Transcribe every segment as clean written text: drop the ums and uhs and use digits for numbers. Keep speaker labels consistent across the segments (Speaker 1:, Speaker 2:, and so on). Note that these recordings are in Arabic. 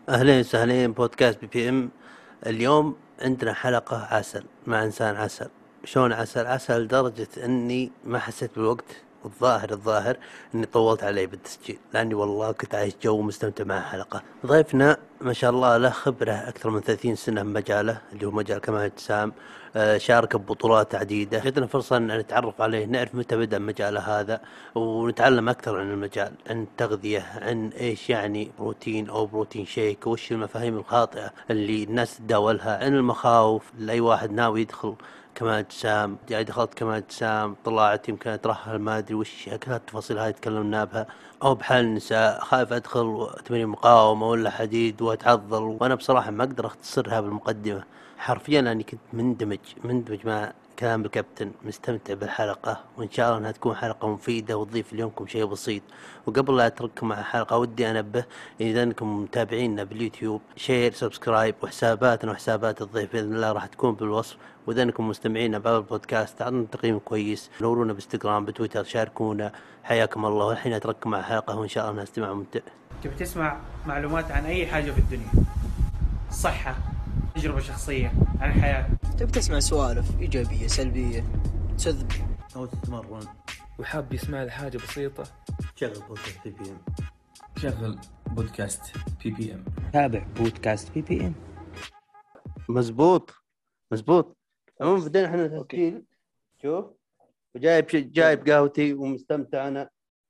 Speaker 1: أهلين وسهلين بودكاست بي بي ام. اليوم عندنا حلقة عسل مع إنسان عسل. شلون عسل؟ عسل لدرجة أني ما حسيت بالوقت، والظاهر أني طولت عليه بالتسجيل، لأني والله كنت عايش جو مستمتع مع الحلقة. ضيفنا ما شاء الله له خبرة أكثر من 30 سنة في مجاله اللي هو مجال كمال الأجسام. شارك ببطولات عديدة، جتنا فرصة أن نتعرف عليه، نعرف متى بدأ مجاله هذا، ونتعلم أكثر عن المجال، عن التغذية، عن إيش يعني بروتين أو بروتين شيك، وش المفاهيم الخاطئة اللي الناس تداولها، عن المخاوف لأي واحد ناوي يدخل كمال أجسام. يعني دخلت كمال أجسام، طلعت يمكن أترهل، ما أدري وش كل التفاصيل هاي تكلمنا بها. أو بحال النساء، خايف أدخل تمرين مقاومة ولا حديد وأتعضل، وأنا بصراحة ما أقدر أختصرها بالمقدمة. حرفيا أنا كنت مندمج مع كلام الكابتن، مستمتع بالحلقة، وإن شاء الله أنها تكون حلقة مفيدة وتضيف ليومكم شيء بسيط. وقبل لا أترككم مع الحلقة ودي أنبه إذا أنكم متابعينا باليوتيوب، شير سبسكرايب، وحساباتنا وحسابات الضيف بإذن الله راح تكون بالوصف. وإذا أنكم مستمعين بعض البودكاست، أعطونا تقييم كويس، نورونا باستغرام بتويتر، شاركونا. حياكم الله. والحين أترككم مع الحلقة، وإن شاء الله أنها استماع ممتع.
Speaker 2: تبي تسمع معلومات عن أي حاجة في الدنيا، صحة، تجربة شخصية عن الحياة،
Speaker 3: تبي تسمع سوالف إيجابية سلبية، تذب
Speaker 1: أو تتمرن،
Speaker 4: وحاب يسمع لحاجة بسيطة،
Speaker 1: شغل بودكاست بي بي ام.
Speaker 4: شغل بودكاست بي بي ام.
Speaker 5: تابع بودكاست بي بي ام.
Speaker 1: مزبوط. عموما بدينا احنا تسجيل. شوف، جايب قهوتي ومستمتع انا.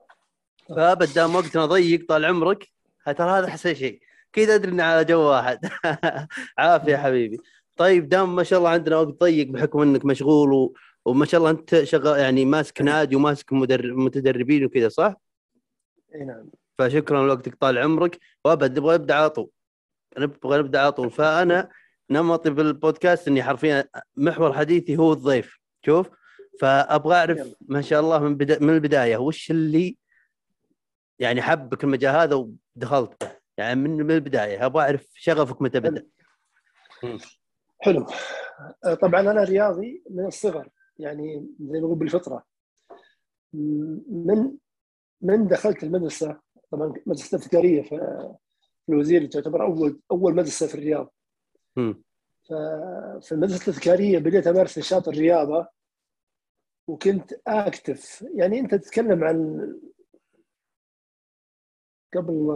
Speaker 1: فبدام وقتنا ضيق طال عمرك، ترى هذا احسن شيء، كذا ادري ان على جو واحد. عافيه يا حبيبي. طيب دام ما شاء الله عندنا وقت ضيق بحكم انك مشغول وما شاء الله انت شغال، يعني ماسك نادي وماسك متدربين وكذا، صح؟
Speaker 6: اي نعم.
Speaker 1: فشكرا لوقتك طال عمرك. نبغى نبدا على طول. فانا نمطي بالبودكاست اني حرفيا محور حديثي هو الضيف. شوف، فابغى اعرف ما شاء الله من البدايه، وش اللي يعني حبك المجال هذا ودخلت به؟ يعني من البدايه ابغى اعرف شغفك متى بدا.
Speaker 6: حلو. طبعا انا رياضي من الصغر، يعني زي ما نقول بالفطره. من دخلت المدرسه، طبعا مدرسه ابتدائيه في الوزير، تعتبر اول مدرسه في الرياض. ففي المدرسه الابتدائيه بديت امارس نشاط الرياضه، وكنت اكتف. يعني انت تتكلم عن قبل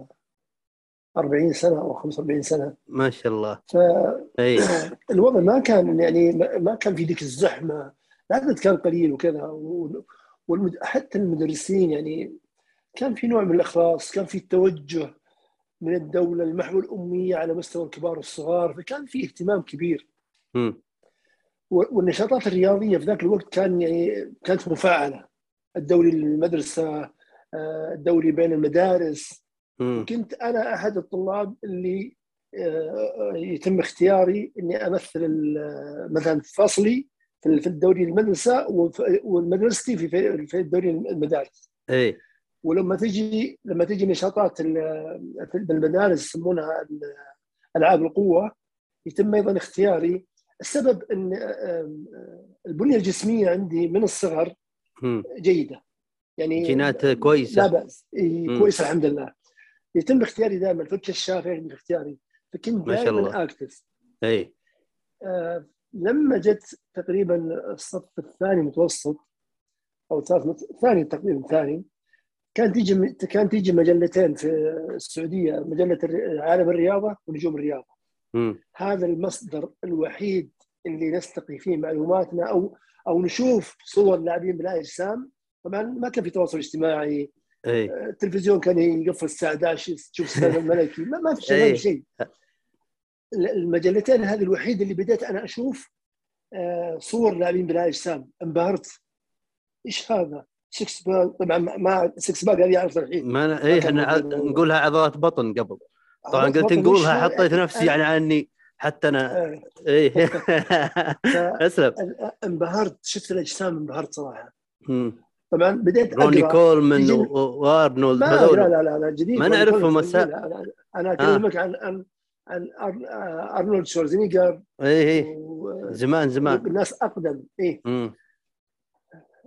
Speaker 6: 40 سنه او 45 سنه.
Speaker 1: ما شاء الله.
Speaker 6: فالوضع ما كان، يعني ما كان في ذيك الزحمه، العدد كان قليل وكذا، حتى المدرسين يعني كان في نوع من الإخلاص، كان في التوجه من الدولة لمحو الأمية على مستوى الكبار والصغار، فكان في اهتمام كبير. والنشاطات الرياضية في ذاك الوقت كانت مفاعلة، الدوري للمدرسة، الدوري بين المدارس. وكنت أنا أحد الطلاب اللي يتم اختياري إني أمثل مثلا فصلي في الدوري المدرسة، والمدرستي في الدوري المدارس. ولما تجي نشاطات بالمدارس يسمونها ألعاب القوة، يتم أيضا اختياري. السبب أن البنية الجسمية عندي من الصغر جيدة، يعني
Speaker 1: جينات كويسة،
Speaker 6: لا بأس، كويسة الحمد لله. يتم اختياري دائما، فتش الشافعي من اختياري، فكنت دائما أكتف. لما جت تقريبا الصف الثاني متوسط أو ثاني، تقريبا ثاني، كان تيجي مجلتين في السعودية، مجلة عالم الرياضة ونجوم الرياضة. هذا المصدر الوحيد اللي نستقي فيه معلوماتنا أو نشوف صور لاعبين بلا أجسام. طبعا ما كان في تواصل اجتماعي. التلفزيون كان يقفل الساعة 11 تشوف السلام الملكي، ما في شيء. المجلتين هذه الوحيدة اللي بدأت أنا أشوف صور لاعبين بلا أجسام. انبهرت، إيش هذا؟ سكس باك. طبعا ما سكس باك هذه يعرف الحين،
Speaker 1: ما احنا نقولها عضلات بطن قبل. طبعا قلت نقولها، حطيت نفسي يعني عني حتى انا. اسلم.
Speaker 6: انبهرت، شفت الاجسام، انبهرت صراحه. طبعا بديت
Speaker 1: روني
Speaker 6: اقرا
Speaker 1: كولمان وارنولد،
Speaker 6: هذول لا جديد،
Speaker 1: ما نعرفهم.
Speaker 6: انا اكلمك عن ارنولد شوارزنيجر.
Speaker 1: زمان
Speaker 6: ناس اقدم.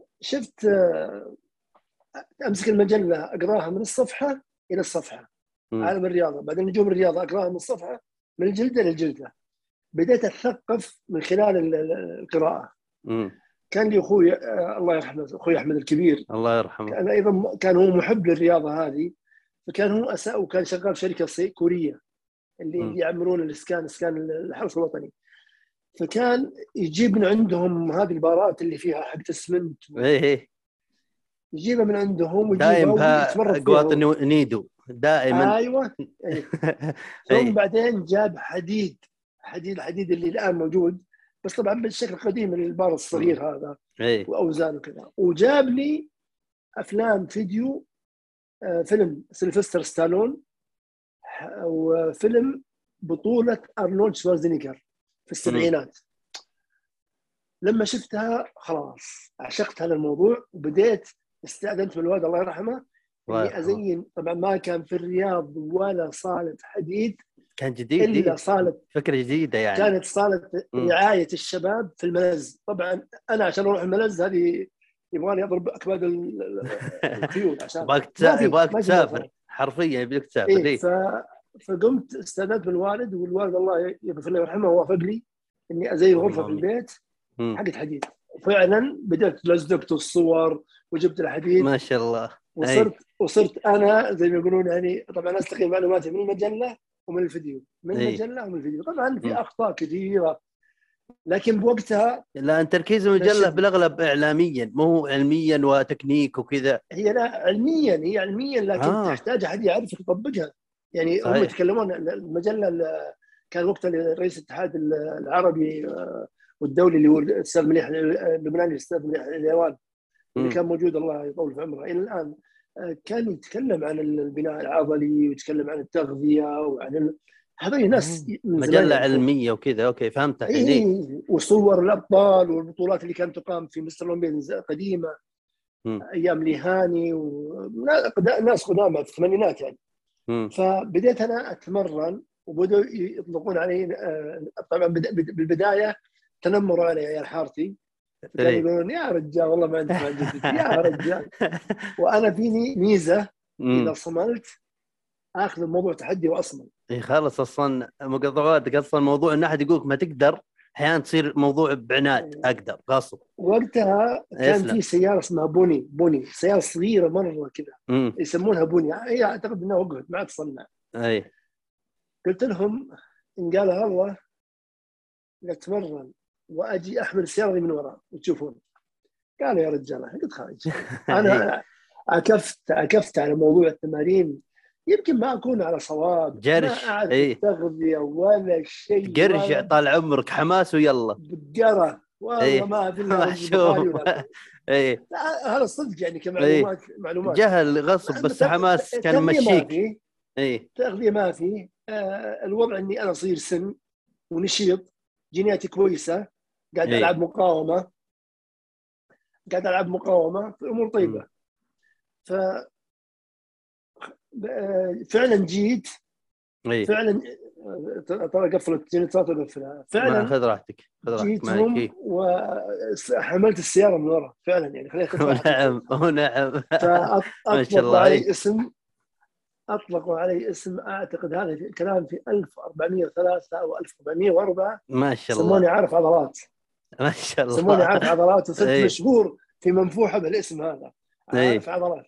Speaker 6: شفت، امسك المجله اقراها من الصفحه الى الصفحه، عالم الرياضه، بعدين نجوم الرياضه اقراها من الصفحه، من الجلده للجلده. بديت اتثقف من خلال القراءه. كان لي اخوي الله يرحمه، اخوي احمد الكبير،
Speaker 1: الله يرحمه،
Speaker 6: كان ايضا كان هو محب للرياضه هذه، فكان هو وكان شغال في شركه كوريه اللي يعملون اسكان الحرس الوطني، فكان يجيب من عندهم هذه البارات اللي فيها حق اسمنت،
Speaker 1: ايه
Speaker 6: يجيبها من عندهم ويجيبها
Speaker 1: دايم
Speaker 6: ويتمرن
Speaker 1: قواط
Speaker 6: فيها.
Speaker 1: نيدو دائما.
Speaker 6: ايوه أيه. ثم بعدين جاب الحديد اللي الان موجود، بس طبعا بالشكل القديم للبار الصغير هذا واوزان وكذا. وجاب لي افلام فيديو، فيلم سيلفستر ستالون وفيلم بطولة أرنولد شوارزنيغر في السبعينات. لما شفتها خلاص عشقت هذا الموضوع، وبديت استأذنت من الوالد الله يرحمه إني أزين. طبعا ما كان في الرياض ولا صالة حديد،
Speaker 1: كان جديد
Speaker 6: إلا صالة،
Speaker 1: فكرة جديدة يعني،
Speaker 6: كانت صالة رعاية الشباب في الملز. طبعا أنا عشان أروح الملز هذه يبغاني أضرب أكباد الخيول عشان
Speaker 1: يبغاك تسافر حرفيا، يبغاك تسافر.
Speaker 6: إيه فقمت استأذنت من الوالد، والوالد الله يغفر له ويرحمه وافق لي اني ازين غرفه في البيت حقت حديد. فعلا بدأت لزقت الصور وجبت الحديد
Speaker 1: ما شاء الله.
Speaker 6: وصرت انا زي ما يقولون يعني، طبعا استقي معلوماتي من المجله ومن الفيديو، من المجله ومن الفيديو. طبعا في اخطاء كثيره، لكن بوقتها
Speaker 1: لا، تركيز المجله بالاغلب اعلاميا مو علميا وتكنيك وكذا.
Speaker 6: هي لا علميا، لكن تحتاج احد يعرف يطبقها يعني. صحيح. هم يتكلمون المجله كان وقتها رئيس الاتحاد العربي والدولي اللي هو الاستاذ مليح اللبناني، الاستاذ مليح اليوان اللي كان موجود الله يطول في عمره الى الان، كان يتكلم عن البناء العضلي ويتكلم عن التغذيه وعن هذول ناس
Speaker 1: مجله علميه وكذا. اوكي فهمتها.
Speaker 6: إيه وصور الابطال والبطولات اللي كانت تقام في مستر اولمبياد قديمه ايام ليهاني وناس قدامى في الثمانينات يعني. فبديت انا اتمرن وبدأوا يطلقون علي. طبعا بالبدايه تنمروا علي يا الحارتي، كانوا يقولون يا رجال والله ما انت جدك يا رجال. وانا فيني ميزه اذا صملت اخذ الموضوع تحدي واصمل.
Speaker 1: اي خلاص اصلا مقاطعاتك اصلا موضوع ان احد يقولك ما تقدر احيانا تصير موضوع بعناد. اقدر غصب.
Speaker 6: وقتها كان في سياره اسمها بوني سياره صغيره مره كذا يسمونها بوني، هي اعتقد انها وقفت ما تصنع.
Speaker 1: اي
Speaker 6: قلت لهم ان قال الله نتمرن واجي احمل السياره من وراء وتشوفون. قالوا يا رجال قلت خارج. انا عكفت على موضوع التمارين، يمكن ما اكون على صواب،
Speaker 1: جرش
Speaker 6: ما اعرف التغذيه ولا شيء،
Speaker 1: قرش طال عمرك حماس ويلا
Speaker 6: بقره والله ما في الا هذا الصدق يعني كمعلومات
Speaker 1: جهل غصب بس حماس كان مشيك.
Speaker 6: تغذيه ما في. الوضع اني انا صغير سن ونشيط، جيناتي كويسه، قاعد العب مقاومه في امور طيبه. ف فعلا جيت فعلا ترى قفلت جنريتات وقفلها فعلا.
Speaker 1: خذ راحتك
Speaker 6: جيتهم وحملت السياره من ورا فعلا يعني خليت
Speaker 1: نعم
Speaker 6: اطلقوا علي اسم اعتقد هذا الكلام في 1403 او 1404.
Speaker 1: ما شاء الله
Speaker 6: سموني عارف عضلات.
Speaker 1: ما شاء الله
Speaker 6: سموني عارف عضلات وصرت مشهور في منفوحه بالاسم هذا عارف عضلات.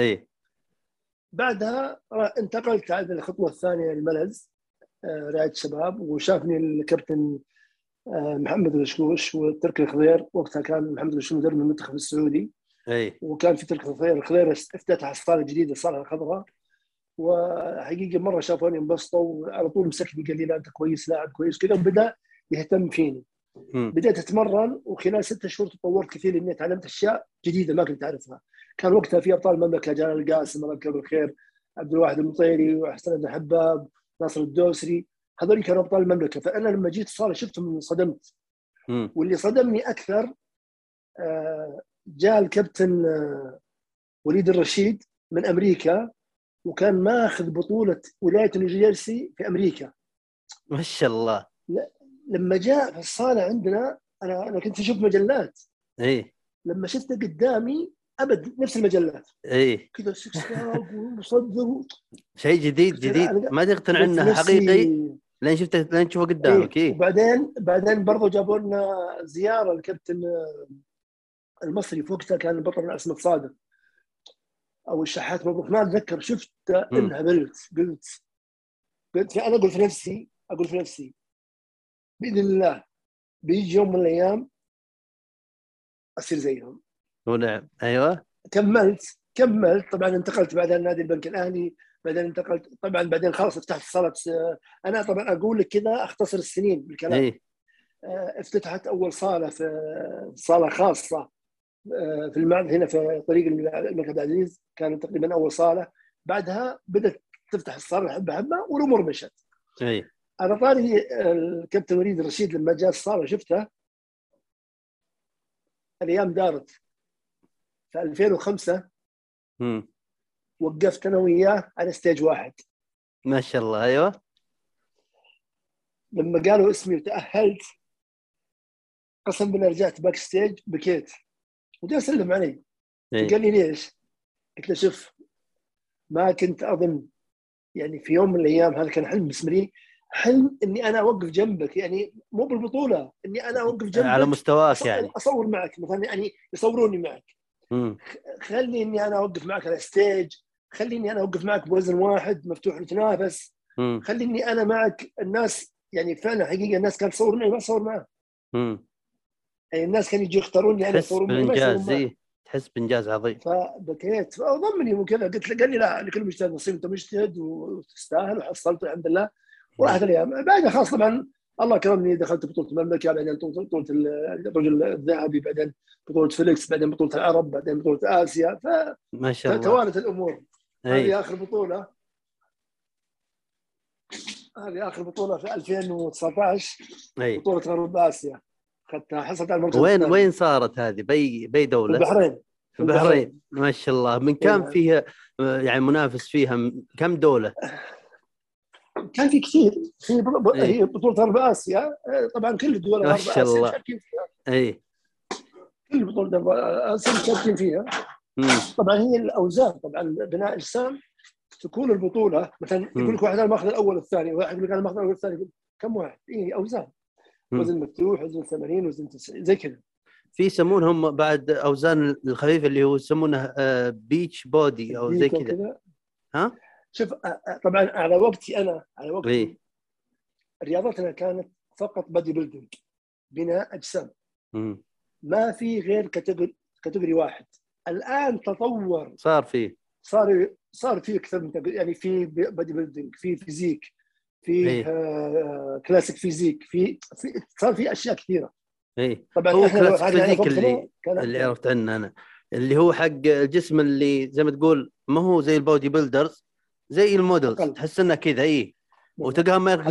Speaker 6: بعدها انتقلت على الخطوه الثانيه الملز رعايه الشباب، وشافني الكابتن محمد الشكوش وتركي الخضير. وقتها كان محمد الشكوش مدرب المنتخب السعودي وكان في تركي الخضير افتتح صاله جديده صاله الخضراء. وحقيقه مره شافوني انبسطوا وعلى طول مسكني قال لي لا انت كويس لاعب كويس كذا، وبدا يهتم فيني. بدأت أتمرن وخلال 6 شهور تطورت كثير إني تعلمت أشياء جديدة ما كنت أعرفها. كان وقتها في أبطال المملكة جلال القاسم الله يذكره بالخير، عبد الواحد المطيري وحسن بن حباب، ناصر الدوسري، هذول كانوا أبطال المملكة. فأنا لما جيت الصالة شفتهم صدمت. واللي صدمني أكثر جاء الكابتن وليد الرشيد من أمريكا، وكان ماخذ بطولة ولاية نيوجيرسي في أمريكا.
Speaker 1: ما شاء الله.
Speaker 6: لما جاء في الصالة عندنا أنا كنت أشوف مجلات. لما شفته قدامي ابد نفس المجلات
Speaker 1: اي
Speaker 6: كذا، سكس باك ومصدر.
Speaker 1: شيء جديد ما تقتنع
Speaker 6: قلت
Speaker 1: انه حقيقي
Speaker 6: نفسي
Speaker 1: لين شفته، لين تشوفه
Speaker 6: ايه.
Speaker 1: قدامك. اي
Speaker 6: وبعدين برضو جابوا لنا زياره الكابتن المصري، في وقتها كان البطل اسمه صادق او الشحات مبروك، ما اتذكر. شفت انهبلت، قلت انا اقول في نفسي باذن الله بيجي يوم من الايام اصير زيهم.
Speaker 1: ونعم ايوه.
Speaker 6: كملت طبعا، انتقلت بعدين نادي البنك الاهلي، بعدين انتقلت طبعا، بعدين خلاص فتحت صاله. انا طبعا اقول لك كذا اختصر السنين بالكلام.
Speaker 1: اي
Speaker 6: افتتحت اول صاله، في صاله خاصه في المعبد هنا في طريق الملك عبد العزيز، كانت تقريبا اول صاله. بعدها بدات تفتح الصاله حبه والامور مشت.
Speaker 1: اي
Speaker 6: على طاري الكابتن وليد الرشيد لما جاء الصاله شفته، الايام دارت. في 2005 وقفت انا وياه على ستيج 1.
Speaker 1: ما شاء الله. ايوه
Speaker 6: لما قالوا اسمي وتاهلت، قسم بالله رجعت باك ستيج بكيت وجاء سلم علي.
Speaker 1: إيه.
Speaker 6: قال لي ليش؟ قلت له شوف، ما كنت اظن يعني في يوم من الايام، هذا كان حلم بالنسبه لي، حلم اني انا اوقف جنبك، يعني مو بالبطوله، اني انا اوقف جنبك
Speaker 1: على مستواك يعني
Speaker 6: اصور معك مثلا، يعني يصوروني معك. خلي اني انا اوقف معك على ستيج، خليني انا اوقف معك بوزن واحد مفتوح نتنافس، خليني انا معك. الناس يعني فعلا حقيقه الناس كانت تصور معي ما تصور معه. يعني الناس كانوا يجوا يختاروني انا يصورون معي ما يصورون معي.
Speaker 1: تحس بإنجاز عظيم.
Speaker 6: فبكيت وضمني وكذا. قال لي لا، لكل مجتهد نصيب، انت مجتهد وتستاهل، وحصلت الحمد لله. وراحت الايام. بعدها خلاص طبعا الله كرمني، دخلت بطوله المملكه، بعدين بطوله الرجل الذهبي، بعدين بطوله فيليكس، بعدين بطوله العرب، بعدين بطوله اسيا.
Speaker 1: ما شاء الله
Speaker 6: فتوالت الامور.
Speaker 1: أي.
Speaker 6: هذه اخر بطوله في 2019.
Speaker 1: أي.
Speaker 6: بطوله غرب اسيا اخذتها، حصلت على المركز
Speaker 1: وين
Speaker 6: الثاني.
Speaker 1: وين صارت هذه؟ بي دولة؟
Speaker 6: في البحرين.
Speaker 1: ما شاء الله. من كم فيها يعني منافس فيها؟ كم دولة؟
Speaker 6: كان في كثير. هي بطولة غرب آسيا، طبعا كل دول غرب آسيا مشاركين فيها.
Speaker 1: اي
Speaker 6: كل بطولة غرب آسيا مشاركين فيها. طبعا هي الأوزان، طبعا بناء أجسام تكون البطولة مثلا يقول لك واحد أنا ماخذ الأول والثاني، واحد يقول لك أنا ماخذ الأول والثاني. كم واحد؟ أوزان، وزن مفتوح، وزن 80، وزن 90 زي كذا.
Speaker 1: في يسمونهم بعد أوزان الخفيفة اللي هو يسمونه بيتش بودي أو زي كذا. ها؟
Speaker 6: شوف طبعا على وقتي رياضتنا كانت فقط بادي بيلدينج، بناء اجسام. ما في غير كاتيجوري واحد. الان تطور، صار في اكثر من يعني في بادي بيلدينج، في فيزيك، في كلاسيك فيزيك، في صار في اشياء كثيره.
Speaker 1: طبعا هو كلاسيك فيزيك اللي عرفت عنه انا، اللي هو حق الجسم اللي زي ما تقول ما هو زي البودي بيلدرز، زي المودلز، تحس انه كذا. وتلقاهم ما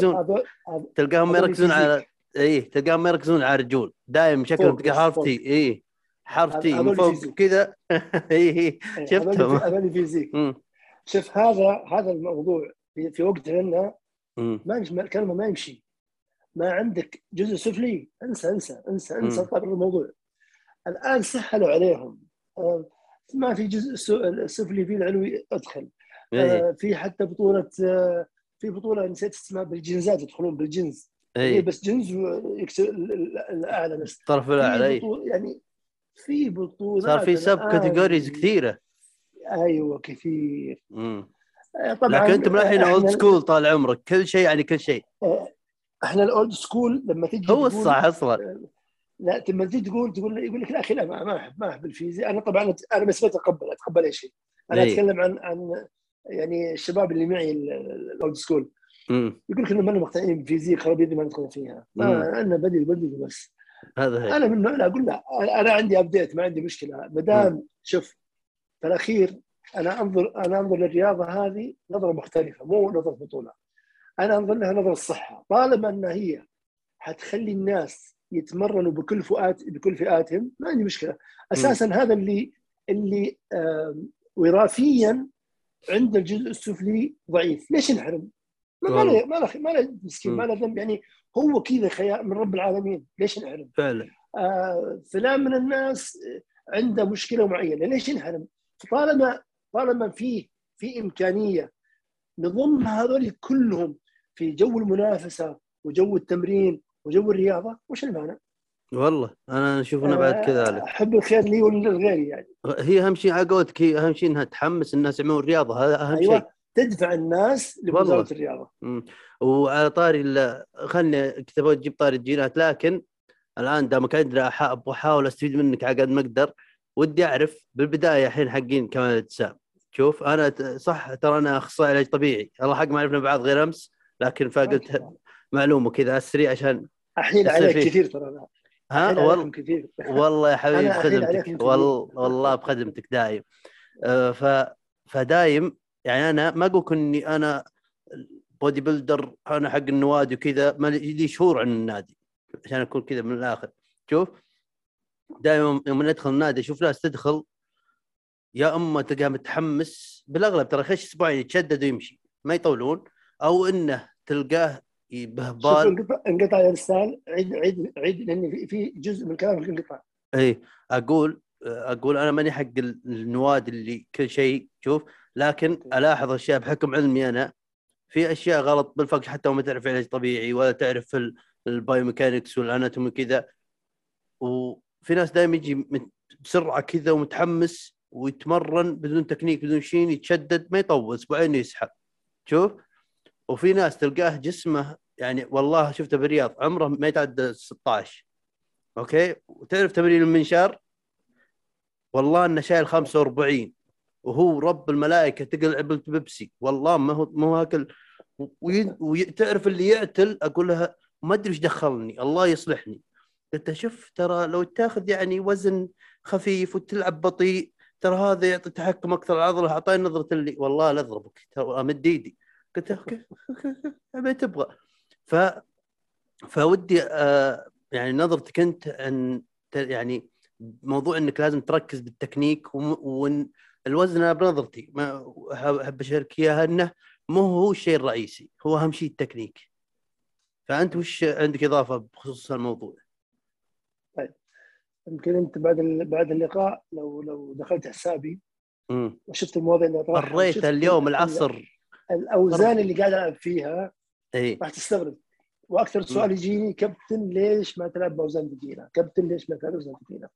Speaker 1: يركزون على تلقاهم ما يركزون على الرجول، دائما شكلهم تلقى حرف تي من فوق كذا. شفتهم
Speaker 6: هذول فيزيك. شوف هذا الموضوع في وقت لنا ما الكلمه ما يمشي. ما عندك جزء سفلي، انسى طبعا الموضوع. الان سهلوا عليهم، ما في جزء سفلي، في العلوي ادخل. في حتى بطوله نسيت اسمها، بالجنزات يدخلون بالجنز. هي بس جنز يكسر الاعلى، بس
Speaker 1: الطرف الاعلى.
Speaker 6: يعني في بطولات
Speaker 1: صار في سب كاتيجوريز كثيره.
Speaker 6: ايوه كثير. طبعا
Speaker 1: لكن انتم الحين اولد سكول طال عمرك، كل شيء يعني كل شيء.
Speaker 6: احنا الاولد سكول لما تجي
Speaker 1: هو الصح اصلا.
Speaker 6: لا لما تجي يقول لك الاخي لا ما احب الفيزياء. انا طبعا انا بس اتقبل اي شيء. انا اتكلم عن يعني الشباب اللي معي الاولد سكول. يقول لك انه ما مقتنعين بالفيزياء، خرابيط ما ندخل فيها. ما انا بدي بس هذا انا من لا اقول لا، انا عندي ابديت، ما عندي مشكله ما دام. شوف في الاخير انا انظر للرياضه هذه نظره مختلفه، مو نظره بطوله. انا انظر لها نظره الصحه، طالما ان هي حتخلي الناس يتمرنوا بكل فئاتهم ما عندي مشكله. اساسا هذا اللي وراثيا عند الجزء السفلي ضعيف، ليش نحرم؟ ما له مسكين، ما له ذنب، يعني هو كذا خيار من رب العالمين، ليش نحرم؟
Speaker 1: فعلا.
Speaker 6: فلان من الناس عنده مشكله معينه ليش ينحرم؟ طالما في امكانيه نضم هذول كلهم في جو المنافسه وجو التمرين وجو الرياضه، وش المانع؟
Speaker 1: والله انا اشوف انا بعد كذلك.
Speaker 6: احب الخير لي وللغير يعني.
Speaker 1: هي اهم شيء على قولتك، هي اهم شيء انها تحمس الناس يعملون الرياضه، هذا اهم
Speaker 6: ايوه
Speaker 1: شيء.
Speaker 6: تدفع الناس لمزاوله
Speaker 1: والله.
Speaker 6: الرياضه.
Speaker 1: وعلى طاري خلني كنت ابغى تجيب طاري الجينات، لكن الان دامك ادري ابغى احاول استفيد منك على قد ما اقدر. ودي اعرف بالبدايه الحين حقين كمال الاجسام. شوف انا صح ترى انا اخصائي علاج طبيعي، الله حق ما عرفنا بعض غير امس، لكن فقلت معلومه كذا على السريع عشان
Speaker 6: احيل
Speaker 1: يصير
Speaker 6: عليك
Speaker 1: فيه.
Speaker 6: كثير ترى انا.
Speaker 1: ها
Speaker 6: احيل عليكم كثير.
Speaker 1: والله يا حبيبي
Speaker 6: انا احيل عليكم
Speaker 1: بخدمتك،
Speaker 6: كثير.
Speaker 1: والله بخدمتك دايم. فدايم يعني انا ما اقول اني انا بودي بيلدر، انا حق النوادي وكذا، ما لي شهور عن النادي عشان اكون كذا من الاخر. شوف دائما يوم ندخل النادي اشوف ناس تدخل يا اما تلقاه متحمس، بالاغلب ترى خش اسبوعين يتشدد ويمشي ما يطولون، او انه تلقاه
Speaker 6: شوف
Speaker 1: بهبال.
Speaker 6: انقطع يا رسال، عيد لان في جزء من كلامك انقطع.
Speaker 1: اي اقول انا ماني حق النوادي اللي كل شيء. شوف لكن الاحظ اشياء بحكم علمي انا، في اشياء غلط بالفرق حتى وما تعرف علاج طبيعي ولا تعرف في البايوميكانكس والاناتومي كذا. وفي ناس دائما يجي بسرعه كذا ومتحمس ويتمرن بدون تكنيك بدون شيء، يتشدد ما يطول اسبوعين يسحب. شوف وفي ناس تلقاه جسمه يعني والله شفته بالرياض عمره ما يتعدى 16 اوكي، وتعرف تمرين المنشار والله انه شايل 45 وهو رب الملائكه تقل علبه بيبسي، والله ما هو هاكل. وتعرف اللي يعتل اقول لها ما ادري ايش دخلني الله يصلحني. قلت شوف ترى لو تاخذ يعني وزن خفيف وتلعب بطيء ترى هذا يعطي تحكم اكثر العضله. اعطاني نظره اللي والله لا اضربك ترى امد ايدي. قلت اوكي ما تبغى. فودي يعني نظرتك انت ان يعني موضوع انك لازم تركز بالتكنيك وان الوزن. انا بنظرتي ما احب اشارك اياها انه مو هو الشيء الرئيسي، هو اهم شيء التكنيك. فانت وش عندك اضافه بخصوص الموضوع؟
Speaker 6: طيب يمكن انت بعد اللقاء لو دخلت حسابي وشفت المواضيع اللي اطرحها
Speaker 1: قريت اليوم العصر
Speaker 6: الاوزان اللي قاعد العب فيها
Speaker 1: اي
Speaker 6: راح تستغرب. واكثر سؤال يجيني كابتن ليش ما تلعب باوزان ثقيله؟ كابتن ليش ما تلعب باوزان ثقيله؟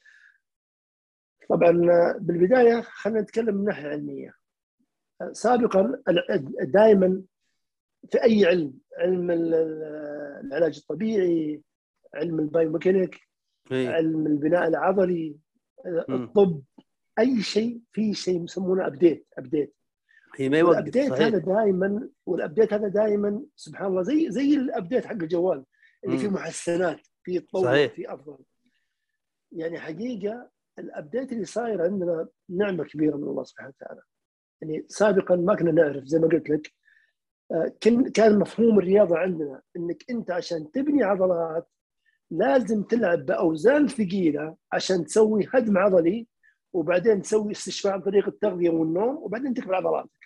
Speaker 6: طبعا بالبدايه خلينا نتكلم من ناحيه علميه. سابقا دائما في اي علم العلاج الطبيعي، علم البايوميكانيك، علم البناء العضلي، الطب، اي شيء في شيء يسمونه ابديت.
Speaker 1: هي ما يوقف
Speaker 6: والابديت هذا دائما سبحان الله زي الابديت حق الجوال اللي فيه محسنات، فيه تطور، فيه افضل. يعني حقيقه الابديت اللي صاير عندنا نعمه كبيره من الله سبحانه وتعالى. يعني سابقا ما كنا نعرف زي ما قلت لك. كان مفهوم الرياضه عندنا انك انت عشان تبني عضلات لازم تلعب باوزان ثقيله عشان تسوي هدم عضلي، وبعدين تسوي استشفاء عن طريق التغذيه والنوم، وبعدين تكبر عضلاتك.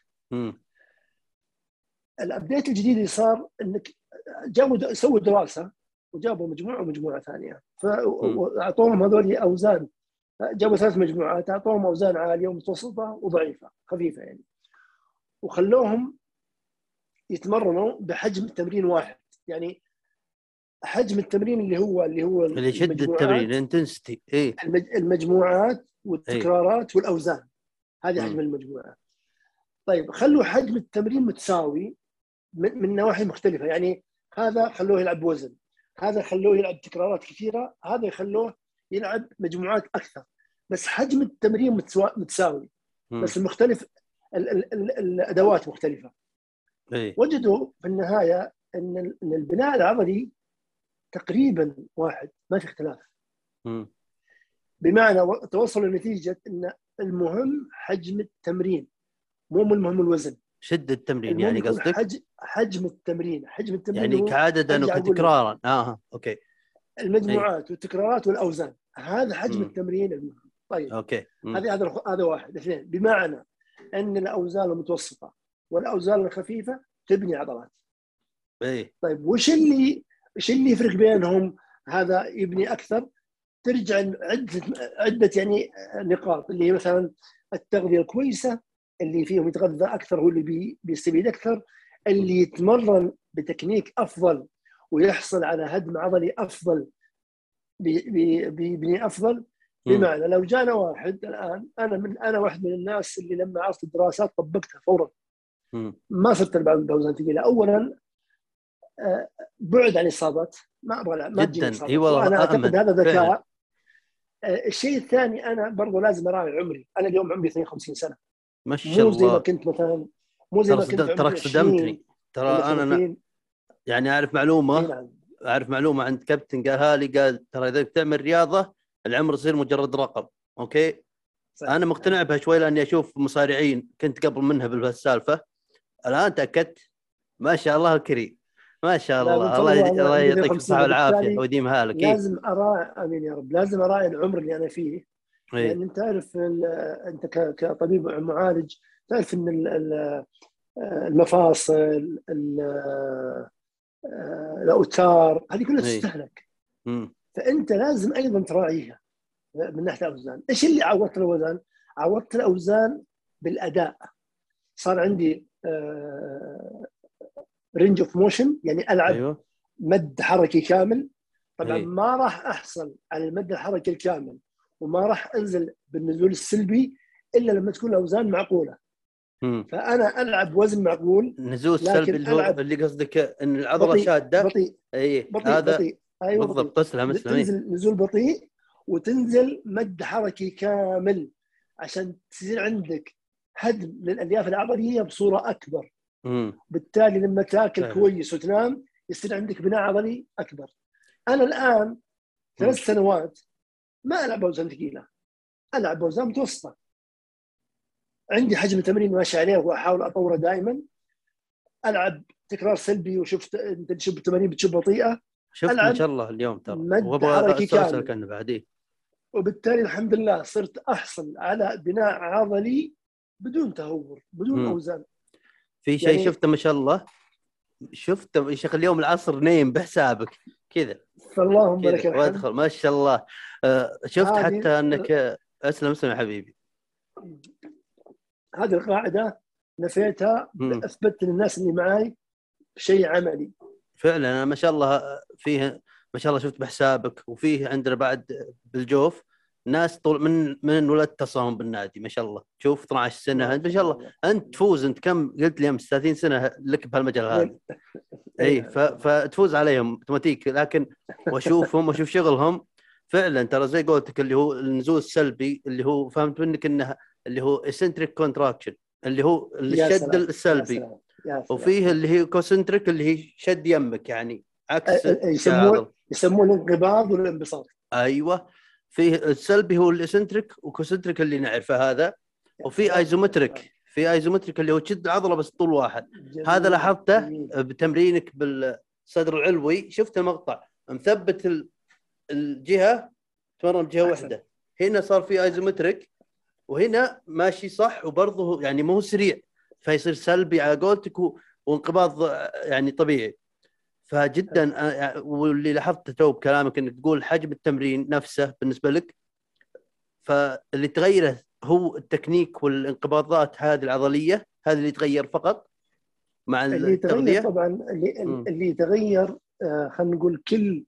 Speaker 6: الابديت الجديد اللي صار انك سووا دراسه وجابوا مجموعه ثانيه، فاعطوهم هذول اوزان. جابوا 3 مجموعات اعطوهم اوزان عاليه ومتوسطه وضعيفه خفيفه يعني، وخلوهم يتمرنوا بحجم التمرين واحد. يعني حجم التمرين اللي
Speaker 1: يشد التمرين الانتنسيتي،
Speaker 6: المجموعات والتكرارات والاوزان، هذه حجم المجموعات. طيب خلوا حجم التمرين متساوي من نواحي مختلفه. يعني هذا خلوه يلعب بوزن، هذا خلوه يلعب تكرارات كثيره، هذا يخلوه يلعب مجموعات اكثر، بس حجم التمرين متساوي. بس المختلف الادوات مختلفه. وجدوا في النهايه ان البناء العضلي تقريبا واحد، ما في اختلاف. بمعنى توصلوا لنتيجه ان المهم حجم التمرين، مو المهم الوزن.
Speaker 1: شد التمرين يعني قصدك
Speaker 6: حجم التمرين
Speaker 1: يعني كعددا وكتكرارا. اوكي.
Speaker 6: المجموعات والتكرارات والاوزان، هذا حجم التمرين المهم. طيب
Speaker 1: اوكي.
Speaker 6: هذا واحد. 2 بمعنى ان الاوزان المتوسطه والاوزان الخفيفه تبني عضلات. طيب وش اللي يفرق بينهم؟ هذا يبني اكثر، ترجع عده يعني نقاط، اللي هي مثلا التغذيه الكويسه، اللي فيهم يتغذى اكثر هو اللي بيستفيد اكثر، اللي يتمرن بتكنيك افضل ويحصل على هدم عضلي افضل بيبني افضل. بمعنى لو جانا واحد الان، انا واحد من الناس اللي لما عرفت الدراسات طبقتها فورا، ما صرت العب باوزان ثقيله. اولا بعد عن الاصابات، ما ابغى ما تجيني
Speaker 1: جدا.
Speaker 6: اصابات،
Speaker 1: اي والله
Speaker 6: وانا اعتقد هذا ذكاء.
Speaker 1: فعلا.
Speaker 6: الشيء الثاني انا برضو لازم اراعي عمري. انا اليوم عمري 52 سنه،
Speaker 1: ما شاء
Speaker 6: مو زي ما
Speaker 1: الله.
Speaker 6: كنت مثلا، مو زي ما كنت عمري
Speaker 1: تراك
Speaker 6: 20
Speaker 1: صدمتني. ترى
Speaker 6: ولا
Speaker 1: انا
Speaker 6: 30.
Speaker 1: يعني اعرف
Speaker 6: اي
Speaker 1: معلومه
Speaker 6: نعم.
Speaker 1: عند كابتن قالها لي، قال ترى اذا بتعمل رياضه العمر يصير مجرد رقم. اوكي
Speaker 6: صحيح.
Speaker 1: انا مقتنع بها شوي، لاني اشوف مصارعين كنت قبل منها بالسالفه، الان تاكدت. ما شاء الله الكريم، ما شاء
Speaker 6: لا، من
Speaker 1: الله.
Speaker 6: فضل الله انا
Speaker 1: الله
Speaker 6: عمري
Speaker 1: يعطيك
Speaker 6: 52،
Speaker 1: الصحه والعافيه
Speaker 6: فبالتالي
Speaker 1: ويديمها لك.
Speaker 6: لازم اراعي، امين يا رب، لازم اراعي العمر اللي انا فيه.
Speaker 1: اي
Speaker 6: لان انت تعرف انت كطبيب معالج تعرف ان المفاصل، الاوتار، هذه كلها
Speaker 1: اي
Speaker 6: تستهلك. فانت لازم ايضا تراعيها من ناحيه الاوزان. ايش اللي عوضت الاوزان؟ عوضت الاوزان بالاداء. صار عندي رينج اوف موشن، يعني العب
Speaker 1: ايوه
Speaker 6: مد حركي كامل. طبعا
Speaker 1: أي.
Speaker 6: ما راح احصل على المد الحركي الكامل وما راح انزل بالنزول السلبي الا لما تكون الاوزان معقوله. فانا العب وزن معقول،
Speaker 1: النزول السلبي
Speaker 6: لكن
Speaker 1: اللي هو
Speaker 6: العب
Speaker 1: اللي قصدك ان العضله
Speaker 6: بطيء
Speaker 1: شاده.
Speaker 6: بطيء
Speaker 1: اي
Speaker 6: بطيء
Speaker 1: هذا
Speaker 6: بطيء. ايوه بطيء.
Speaker 1: بالضبط. تسلم اسلم.
Speaker 6: تنزل نزول بطيء وتنزل مد حركي كامل عشان تصير عندك هدم للالياف العضليه بصوره اكبر. بالتالي لما تاكل كويس وتنام يصير عندك بناء عضلي اكبر. انا الان 3 سنوات ما العب اوزان ثقيله، العب اوزان متوسطه. عندي حجم تمرين ماشي عليه واحاول اطوره دائما. العب تكرار سلبي، وشفت انت تشوف التمارين بتشوف بطيئه،
Speaker 1: شفت ما
Speaker 6: العب
Speaker 1: شاء الله اليوم ترى،
Speaker 6: مد
Speaker 1: وابغى
Speaker 6: حركي
Speaker 1: اسالك
Speaker 6: كامل.
Speaker 1: عنه بعدين.
Speaker 6: وبالتالي الحمد لله صرت احصل على بناء عضلي بدون تهور، بدون اوزان.
Speaker 1: في شيء يعني شفته ما شاء الله، شفته يا شيخ اليوم العصر نايم بحسابك كذا،
Speaker 6: فاللهم لك الحمد.
Speaker 1: وادخل ما شاء الله. شفت حتى انك اسلم يا حبيبي.
Speaker 6: هذه القاعده نفيتها، اثبتت للناس اللي معي شيء عملي
Speaker 1: فعلا. انا ما شاء الله فيه، ما شاء الله شفت بحسابك، وفيه عندنا بعد بالجوف ناس طول من ولدت تصاهم بالنادي ما شاء الله. شوف 12 سنه ما شاء الله. انت تفوز، انت كم قلت لي امس 30 سنه لك بهالمجال هذا. اي فتفوز عليهم اوتوماتيك. لكن واشوفهم واشوف شغلهم فعلا ترى زي قولتك، اللي هو النزول السلبي، اللي هو فهمت منك انه اللي هو اسنتريك كونتراكشن، اللي هو الشد السلبي. وفيه اللي هي كونسنتريك اللي هي شد يمك، يعني عكس
Speaker 6: يسمونه الانقباض والانبساط.
Speaker 1: ايوه. فيه السلبي هو الاسنتريك، وكونسنتريك اللي نعرفه هذا. وفي ايزومتريك، في ايزومتريك اللي هو تشد العضله بس طول واحد. هذا لاحظته بتمرينك بالصدر العلوي، شفت المقطع مثبت الجهه تمرن بجهه واحده. هنا صار في ايزومتريك، وهنا ماشي صح، وبرضه يعني مو سريع فيصير سلبي على قولتك، وانقباض يعني طبيعي. فجدا واللي لاحظته تو بكلامك انك تقول حجم التمرين نفسه بالنسبه لك، فاللي تغيره هو التكنيك والانقباضات هذه العضليه، هذا اللي يتغير فقط مع التغذيه.
Speaker 6: طبعا اللي يتغير خلينا نقول كل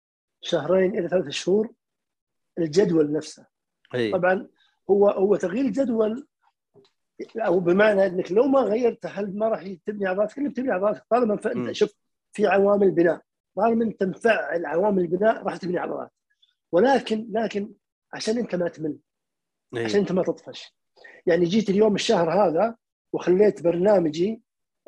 Speaker 6: 2 إلى 3 شهور الجدول نفسه. طبعا هو تغيير الجدول، او بمعنى انك لو ما غيرته هل ما راح تبني عضلات؟ كلها بتبني عضلات طالما انت شوف في عوامل بناء، طالما انت مفعل عوامل البناء راح تبني عضلات. لكن عشان انت ما تمل، عشان انت ما تطفش. يعني جيت اليوم الشهر هذا وخليت برنامجي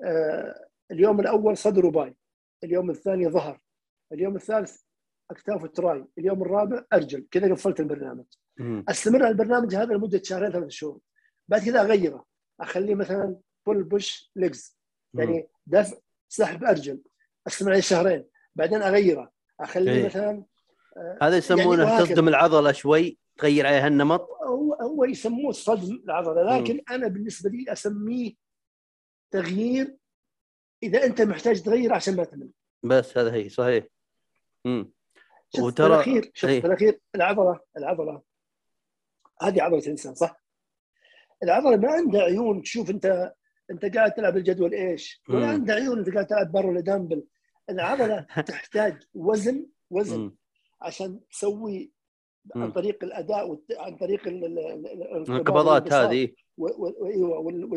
Speaker 6: اليوم الاول صدر وباي، اليوم الثاني ظهر، اليوم الثالث اكتاف وتراي، اليوم الرابع ارجل. كذا قفلت البرنامج. استمر على البرنامج هذا لمده 2 3 شهور. بعد كذا اغيره، اخليه مثلا بول بوش ليجز، يعني دفع سحب ارجل، استمر عليه 2 شهر. بعدين اغيره، اخليه مثلا
Speaker 1: هذا يسمونه يعني تصدم العضله شوي، تغير عليها النمط.
Speaker 6: هو يسموه صدم العضله، لكن انا بالنسبه لي اسميه تغيير اذا انت محتاج تغير عشان ما تمل.
Speaker 1: بس هذا هي صحيح.
Speaker 6: شوف
Speaker 1: وترى
Speaker 6: شوف
Speaker 1: اي
Speaker 6: تلاخير العضله هذه عضله الانسان صح؟ العضله ما عندها عيون تشوف انت قاعد تلعب الجدول ايش، ولا
Speaker 1: مم.
Speaker 6: عندها عيون انت قاعد تلعب بار ولا دامبل. العضله تحتاج وزن
Speaker 1: مم.
Speaker 6: عشان تسوي عن
Speaker 1: مم.
Speaker 6: طريق الاداء عن طريق الانقباض
Speaker 1: الانقباضات
Speaker 6: والانبساط
Speaker 1: هذه.
Speaker 6: أيوة،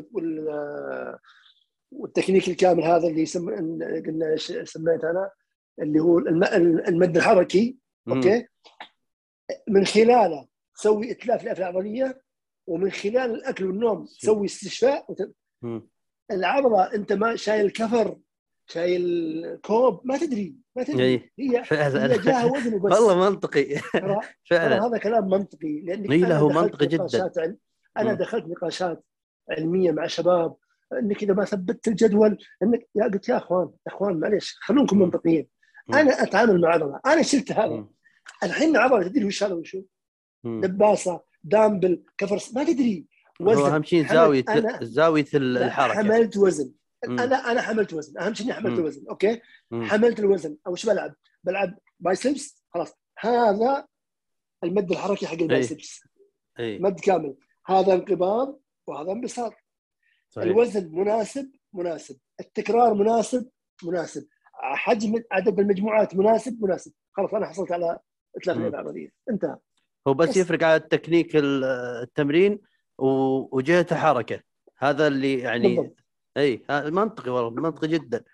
Speaker 6: والتكنيك الكامل هذا اللي قلنا سميته انا، اللي هو المد الحركي.
Speaker 1: مم.
Speaker 6: اوكي، من خلاله تسوي اتلاف الافعى العضليه، ومن خلال الاكل والنوم تسوي استشفاء.
Speaker 1: مم.
Speaker 6: العضله انت ما شايل كفر، شايل كوب، ما تدري
Speaker 1: اي
Speaker 6: هي
Speaker 1: فعلا.
Speaker 6: جاها وزن وبس.
Speaker 1: والله منطقي.
Speaker 6: ترى
Speaker 1: فعلا.
Speaker 6: هذا كلام منطقي، لانك
Speaker 1: اي له
Speaker 6: انا
Speaker 1: هو
Speaker 6: دخلت
Speaker 1: منطقي جدا.
Speaker 6: نقاشات انا
Speaker 1: مم.
Speaker 6: دخلت نقاشات علميه مع شباب، انك اذا ما ثبتت الجدول انك قلت يا اخوان معليش خلونكم
Speaker 1: مم.
Speaker 6: منطقيين.
Speaker 1: مم.
Speaker 6: انا اتعامل مع عضله، انا شلت هذا.
Speaker 1: مم.
Speaker 6: الحين عضله تدري وش هذا وشو؟
Speaker 1: مم.
Speaker 6: دباسه، دامبل، كفر، ما تدري.
Speaker 1: هو
Speaker 6: وزن
Speaker 1: اهم شيء
Speaker 6: حملت انا،
Speaker 1: زاويه
Speaker 6: لا
Speaker 1: الحركه.
Speaker 6: حملت وزن.
Speaker 1: مم.
Speaker 6: انا حملت وزن، اهم شيء اني حملت
Speaker 1: مم.
Speaker 6: الوزن. اوكي،
Speaker 1: مم.
Speaker 6: حملت الوزن. او ايش بلعب بايسبس، خلاص هذا المد الحركي حق
Speaker 1: اي
Speaker 6: البايسبس،
Speaker 1: اي
Speaker 6: مد كامل. هذا انقباض وهذا انبساط.
Speaker 1: صحيح.
Speaker 6: الوزن مناسب، التكرار مناسب، حجم عدد المجموعات مناسب. خلاص انا حصلت على اتلاف
Speaker 1: مم.
Speaker 6: الافعى العضليه، انتهى.
Speaker 1: هو بس
Speaker 6: بس
Speaker 1: يفرق على التكنيك التمرين وجهة الحركة. هذا اللي يعني.
Speaker 6: بالضبط.
Speaker 1: اي منطقي والله، منطقي جدا.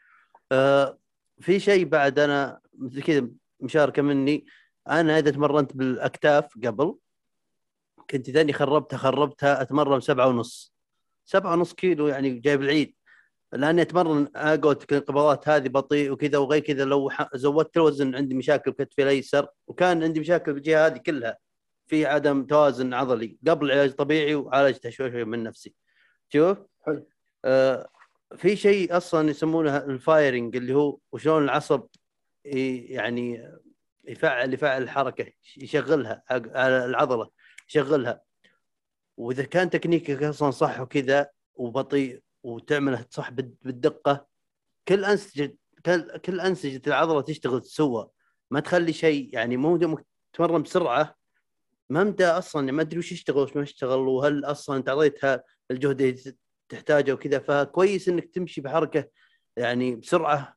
Speaker 1: في شيء بعد انا مثل كذا مشاركة مني. انا اذا تمرنت بالاكتاف قبل، كنت ثاني خربتها اتمرن 7.5 كيلو، يعني جايب العيد. لاني اتمرن اقعد الانقباضات هذه بطيء وكذا وغير كذا. لو زودت الوزن عندي مشاكل بكتفي الايسر، وكان عندي مشاكل بالجهه هذه كلها، في عدم توازن عضلي قبل علاج طبيعي، وعالجته شوي من نفسي. شوف.
Speaker 6: حلو.
Speaker 1: في شيء اصلا يسمونه الفايرنج، اللي هو وشلون العصب يعني يفعل الحركه، يشغلها على العضله، يشغلها. واذا كان تكنيكك اصلا صح وكذا وبطيء وتعمله صح بالدقه، كل انسجه العضله تشتغل سوا. ما تخلي شيء يعني مو تمرن بسرعه ما مدى اصلا ما ادري وش يشتغل وش ما يشتغل، وهل اصلا انت اعطيتها الجهد اللي تحتاجه وكذا. فكويس انك تمشي بحركه يعني بسرعه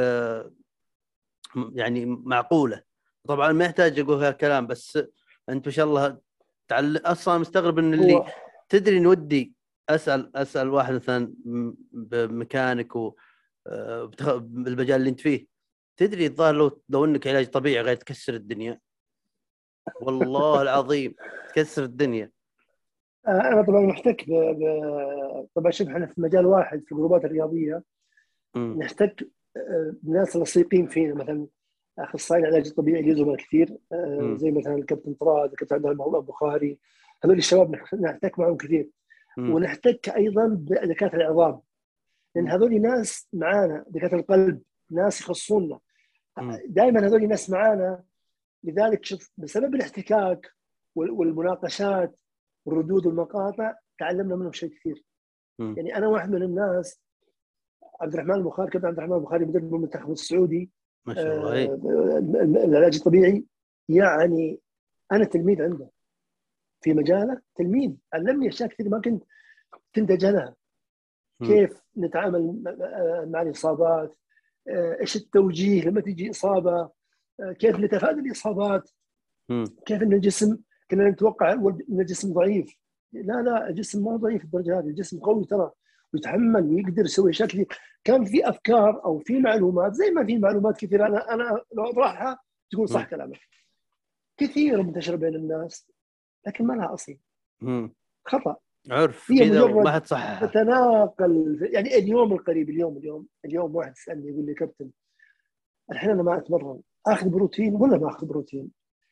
Speaker 1: يعني معقوله. طبعا ما يحتاج اقول فيها كلام، بس انت ما شاء الله اصلا مستغرب ان اللي
Speaker 6: هو
Speaker 1: تدري ان ودي اسال واحد مثلا بمكانك بالمجال اللي انت فيه، تدري الظاهر لو انك علاج طبيعي غير تكسر الدنيا، والله العظيم تكسر الدنيا.
Speaker 6: انا طبعا محتك طبعا شوف احنا في مجال واحد في الجروبات الرياضيه
Speaker 1: امم
Speaker 6: نحتك بالناس اللصيقين فينا، مثلا اخصائيين العلاج الطبيعي لي زملاء كثير،
Speaker 1: امم
Speaker 6: زي مثلا الكابتن طراد، الكابتن عبد الله البخاري. هذول الشباب نحتك معهم كثير.
Speaker 1: امم
Speaker 6: ونحتك ايضا بدكاتره العظام، لان هذول ناس معانا، دكاتره القلب ناس يخصونا دائما، هذول ناس معانا. لذلك شوف بسبب الاحتكاك والمناقشات والردود والمقاطع تعلمنا منهم شيء كثير. يعني انا واحد من الناس، عبد الرحمن البخاري، كابتن عبد الرحمن البخاري مدرب المنتخب السعودي
Speaker 1: ما شاء الله. اي
Speaker 6: العلاج الطبيعي، يعني انا تلميذ عنده في مجاله، تلميذ علمني اشياء كثير ما كنت اجهلها. كيف نتعامل مع الاصابات، ايش التوجيه لما تجي اصابه، كيف نتفادى الاصابات، كيف ان الجسم كنا نتوقع ان الجسم ضعيف. لا الجسم ما ضعيف الدرجه هذه، الجسم قوي ترى، ويتحمل ويقدر يسوي اشياء كثير. كان في افكار او في معلومات، زي ما في معلومات كثيره انا لو اطرحها تقول صح كلامك، كثير منتشره بين الناس لكن ما لها اصل، خطا،
Speaker 1: عرف
Speaker 6: هي
Speaker 1: كذا وما حد
Speaker 6: مجرد
Speaker 1: صحها.
Speaker 6: تتناقل. يعني اليوم القريب، اليوم واحد سالني يقول لي كابتن الحين انا ما اتمرن، اخذ بروتين ولا ما اخذ بروتين؟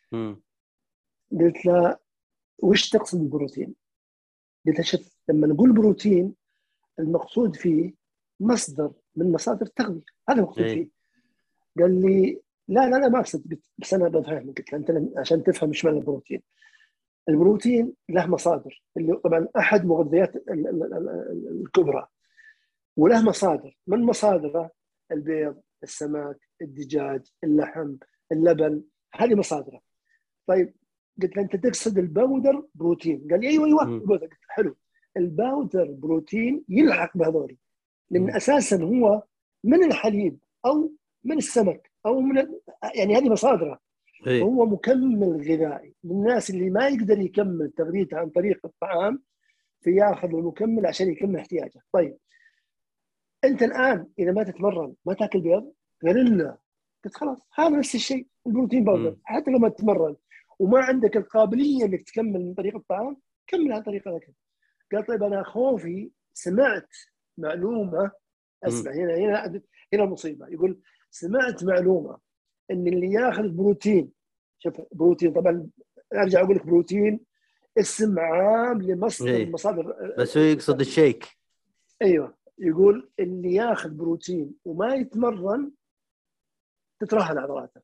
Speaker 6: قلت له وش تقصد بالبروتين؟ قلت له شوف، لما نقول بروتين المقصود فيه مصدر من مصادر التغذيه، هذا المقصود فيه. قال لي لا ما اقصد. قلت بس انا بفهمك. قلت له انت عشان تفهم ايش معنى البروتين، البروتين له مصادر، اللي طبعا احد مغذيات الكبرى، وله مصادر. من مصادره البيض، السمك، الدجاج، اللحم، اللبن، هذه مصادره. طيب قلت له انت تقصد الباودر بروتين؟ قال لي ايوه قلت حلو، الباودر بروتين يلحق بهذول، لان اساسا هو من الحليب او من السمك او يعني هذه مصادره.
Speaker 1: إيه.
Speaker 6: هو مكمل غذائي للناس اللي ما يقدر يكمل تغذيته عن طريق الطعام، فياخذ المكمل عشان يكمل احتياجه. طيب انت الان اذا ما تتمرن ما تاكل بيض؟ قال لا. قلت خلاص هذا نفس الشيء البروتين باودر، حتى لو ما تتمرن وما عندك القابليه انك تكمل من طريق الطعام، كمل عن طريق الاكل. قال طيب انا خوفي سمعت معلومه، اسمع هنا مصيبه. يقول سمعت معلومه ان اللي ياخذ بروتين، شوف بروتين طبعا ارجع اقول لك بروتين اسم عام لمصدر
Speaker 1: إيه.
Speaker 6: مصادر،
Speaker 1: بس هو يقصد الشيك.
Speaker 6: ايوه يقول اللي ياخذ بروتين وما يتمرن تترهل عضلاته،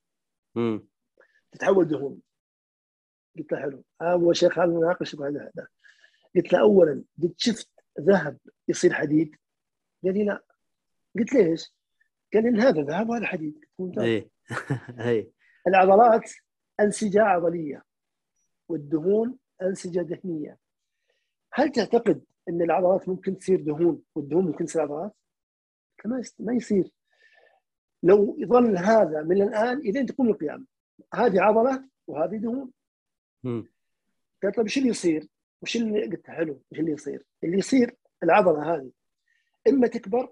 Speaker 6: تتحول دهون. قلت له حلو، اول شيء خلينا نناقش هذا. قلت له اولا قد شفت ذهب يصير حديد؟ قال لي لا. قلت ليش؟ قال ان هذا ذهب وهذا حديد.
Speaker 1: اي اي
Speaker 6: العضلات انسجه عضليه والدهون انسجه دهنيه. هل تعتقد ان العضلات ممكن تصير دهون والدهون ممكن تصير عضلات؟ ما يصير. لو يظل هذا من الان الى تقوم القيامه هذه عضله وهذه دهون. قال طيب ايش اللي يصير؟ وش اللي قلت حلو ايش اللي يصير؟ اللي يصير العضله هذه اما تكبر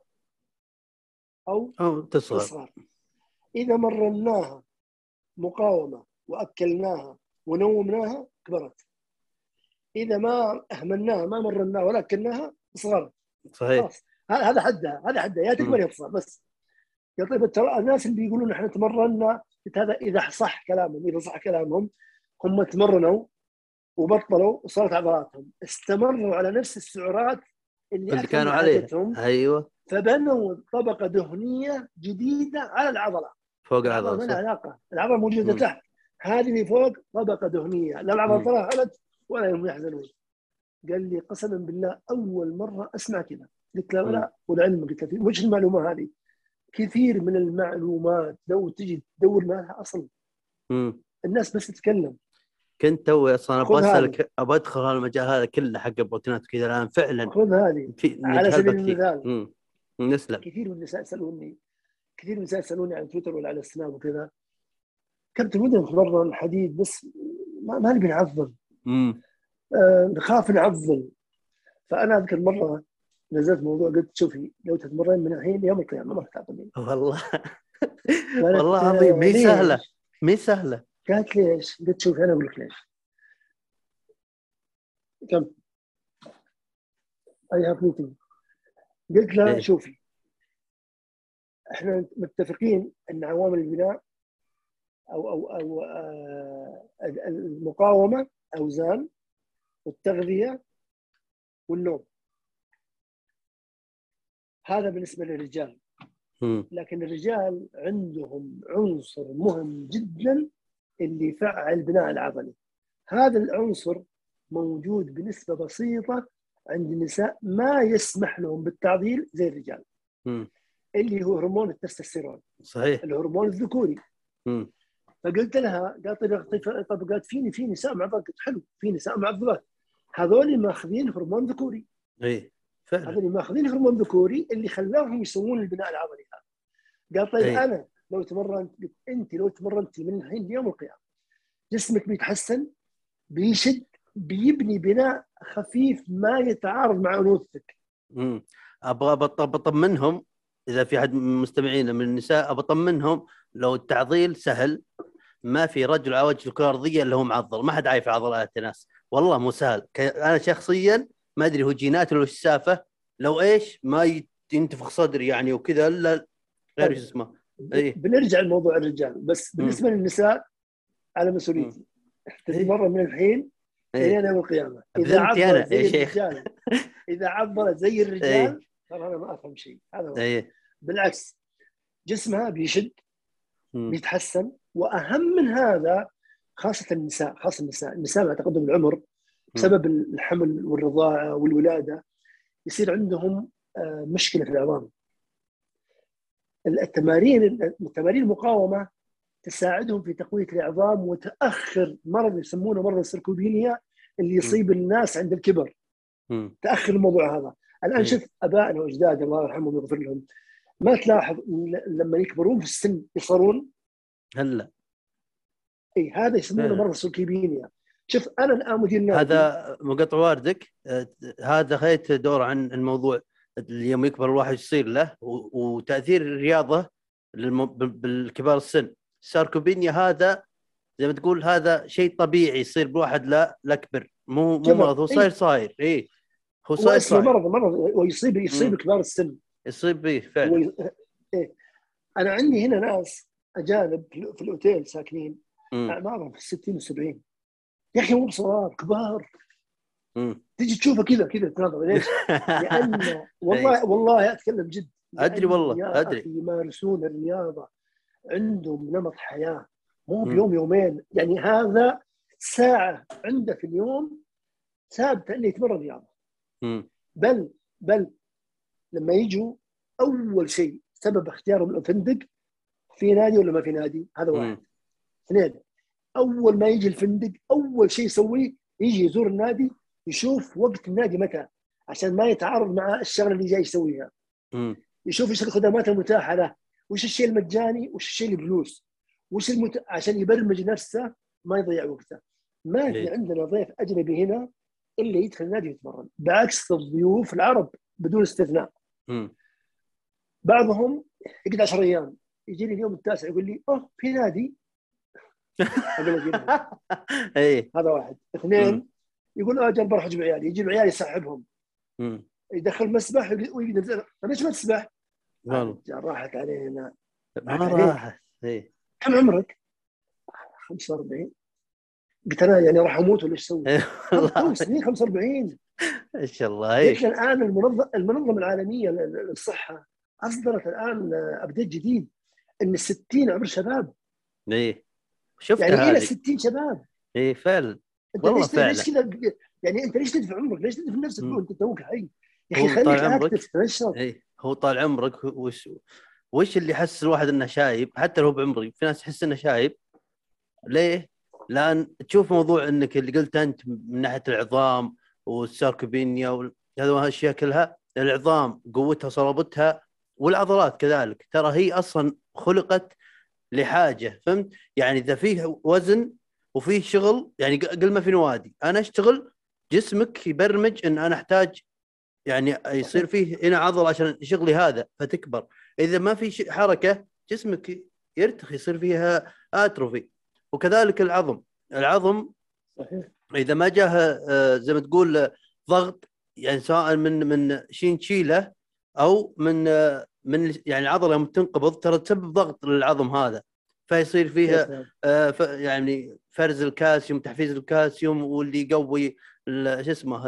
Speaker 6: او تصغر. اذا مرناها مقاومه واكلناها ونومناها كبرت. اذا ما اهملناها ما مرناها ولا اكلناها صغرت.
Speaker 1: صحيح.
Speaker 6: هذا حدها يا تكبر يا تصغر بس. يا طيب ترى الناس اللي يقولون احنا تمرنا، هذا اذا صح كلامهم هم تمرنوا وبطلوا وصارت عضلاتهم، استمروا على نفس السعرات اللي
Speaker 1: كانوا عليها. ايوه.
Speaker 6: فبنوا طبقه دهنيه جديده على العضله
Speaker 1: فوق العضله.
Speaker 6: ما لها علاقه، العضله موجوده تحت، هذه اللي فوق طبقه دهنيه، لا العضله ترهلت ولا هم يحزنون. قال لي قسما بالله اول مره اسمع كذا. قلت له لا، والعلم قلت له وش المعلومه هذه؟ كثير من المعلومات لو تجي تدور ما لها اصل. الناس بس تتكلم.
Speaker 1: كنت توي اصلا ابغى اسالك، ابغى ادخل هالمجال هذا كله حق البروتينات وكذا الان فعلا.
Speaker 6: خذ هذه على سبيل المثال.
Speaker 1: نسلم.
Speaker 6: كثير من النساء يسالوني على تويتر ولا على السناب وكذا، كابتن ودنا نتمرن حديد بس ما نبي نعضل، نخاف نعضل. فانا اذكر مره نزلت موضوع قلت شوفي لو تتمرن من الحين يوم القيامه ما تعضلين.
Speaker 1: والله والله عظيم. مي سهله.
Speaker 6: قالت ليش؟ قلت شوفي انا اقول لك ليش. كم اي هاف ميتنج. قلت لها شوفي احنا متفقين ان عوامل البناء او المقاومه اوزان والتغذيه والنوم، هذا بالنسبه للرجال. لكن الرجال عندهم عنصر مهم جدا اللي يفعل البناء العضلي. هذا العنصر موجود بنسبه بسيطه عند النساء، ما يسمح لهم بالتعضيل زي الرجال. اللي هو هرمون التستوستيرون.
Speaker 1: صحيح.
Speaker 6: الهرمون الذكوري. فقلت لها طب قالت في نساء معضلات. قلت حلو، في نساء معضلات، هذول ماخذين هرمون ذكوري.
Speaker 1: اي فعلا.
Speaker 6: هذول ماخذين هرمون ذكوري اللي خلاهم يسوون البناء العضلي هذا. قال طيب انا لو تمرنت، انت لو تمرنتي من الحين ليوم القيامه جسمك بيتحسن، بيشد، بيبني بناء خفيف ما يتعارض مع انوثتك.
Speaker 1: ابغى بطمنهم اذا في حد من مستمعينا من النساء، بطمنهم لو التعضيل سهل ما في رجل على وجه الكره الارضيه اللي هو معضل. ما حد عايف عضلات الناس، والله مو سهل. انا شخصيا ما ادري هو جينات ولا السالفه، لو ايش ما ينتفخ صدري يعني وكذا الا غير اسمه.
Speaker 6: بنرجع لموضوع الرجال بس. بالنسبه للنساء على مسؤوليتي تتمرن من الحين الى يوم القيامه. اذا عضلت زي الرجال اذا عضلت زي الرجال ترى انا ما افهم شيء. هذا هو. بالعكس جسمها بيشد، بيتحسن. واهم من هذا خاصه النساء مع تقدم العمر بسبب الحمل والرضاعه والولاده يصير عندهم مشكله في العظام. التمارين المقاومه تساعدهم في تقويه العظام وتاخر مرض يسمونه مرض السركوبينيا اللي يصيب الناس عند الكبر.
Speaker 1: مم.
Speaker 6: تاخر الموضوع هذا. الان
Speaker 1: إيه.
Speaker 6: شوف ابائنا واجدادنا الله يرحمهم ويغفر لهم، ما تلاحظ لما يكبرون في السن يصرون؟
Speaker 1: هلا
Speaker 6: اي هذا يسمونه
Speaker 1: فعلا.
Speaker 6: مرض السركوبينيا. شوف انا الان مدير نادي.
Speaker 1: هذا مقطع واردك. هذا خليت دور عن الموضوع يوم يكبر الواحد يصير له وتأثير الرياضة بالكبار السن. الساركوبينيا هذا زي ما تقول هذا شيء طبيعي يصير بواحد لا كبر، مو مرض، هو صاير ايه هو
Speaker 6: هو اسمه
Speaker 1: صاير
Speaker 6: مرض ويصيب كبار السن،
Speaker 1: يصيب به فعلا.
Speaker 6: إيه. انا عندي هنا ناس اجانب في الاوتيل ساكنين اعمارهم في 60 و70 يا اخي، مو بصغار كبار. تيجي تشوفه كذا تناظر ليش؟ لان والله اتكلم جد،
Speaker 1: ادري والله
Speaker 6: يا
Speaker 1: ادري
Speaker 6: اخي يمارسون الرياضه، عندهم نمط حياه، مو بيوم يومين. يعني هذا ساعه عنده في اليوم ثابته انه يتمرن رياضه. بل لما يجوا اول شيء سبب اختيارهم الفندق في نادي ولا ما في نادي، هذا واحد. اثنين، اول ما يجي الفندق اول شيء يسويه يجي يزور النادي، يشوف وقت النادي متى عشان ما يتعارض مع الشغله اللي جاي يسويها. يشوف ايش الخدمات المتاحه له، وش الشيء المجاني وش الشيء اللي بفلوس، عشان يبرمج نفسه ما يضيع وقته. ما في عندنا ضيف اجنبي هنا الا يدخل النادي يتمرن، بعكس الضيوف العرب بدون استثناء. بعضهم يقعد 10 ايام، يجيني اليوم التاسع يقول لي في نادي. هذا واحد. اثنين، يقول اجل بروح اجيب عيالي، يجيب عيالي يسحبهم، يدخل مسبح ويقدر ليش ما تسبح؟ راحت علينا.
Speaker 1: ما راحت.
Speaker 6: كم عمرك؟ 45. قلت انا يعني راح اموت ولا ايش اسوي؟ تو سنين 45
Speaker 1: ان شاء الله.
Speaker 6: قلت الان المنظمه العالميه للصحه اصدرت الان ابديت جديد ان 60 عمر شباب.
Speaker 1: شفت
Speaker 6: يعني الى 60 شباب.
Speaker 1: فعلا
Speaker 6: والله فعلا. ليش كذا؟ يعني انت ليش تدفع عمرك؟ ليش تدفع نفسك وانت توك حي؟ يا اخي خليك اكتف تنشط.
Speaker 1: هو طال عمرك. وش اللي يحس الواحد انه شايب؟ حتى لو بعمري في ناس تحس انه شايب. ليه؟ لان تشوف موضوع انك اللي قلت انت من ناحيه العظام والساركوبينيا هذه الاشياء كلها، العظام قوتها صلابتها والعضلات كذلك، ترى هي اصلا خلقت لحاجه، فهمت؟ يعني اذا فيه وزن وفيه شغل، يعني قل ما في نوادي انا اشتغل، جسمك يبرمج ان انا احتاج يعني يصير فيه هنا عضله عشان شغلي هذا فتكبر. اذا ما في حركه جسمك يرتخي، يصير فيها اتروفي. وكذلك العظم
Speaker 6: صحيح.
Speaker 1: اذا ما جاه زي ما تقول ضغط، يعني سواء من شيء نشيله او من يعني العضله لما تنقبض ترى تسبب ضغط للعظم هذا، فيصير فيها يعني فرز الكالسيوم، تحفيز الكالسيوم، واللي يقوي شو اسمه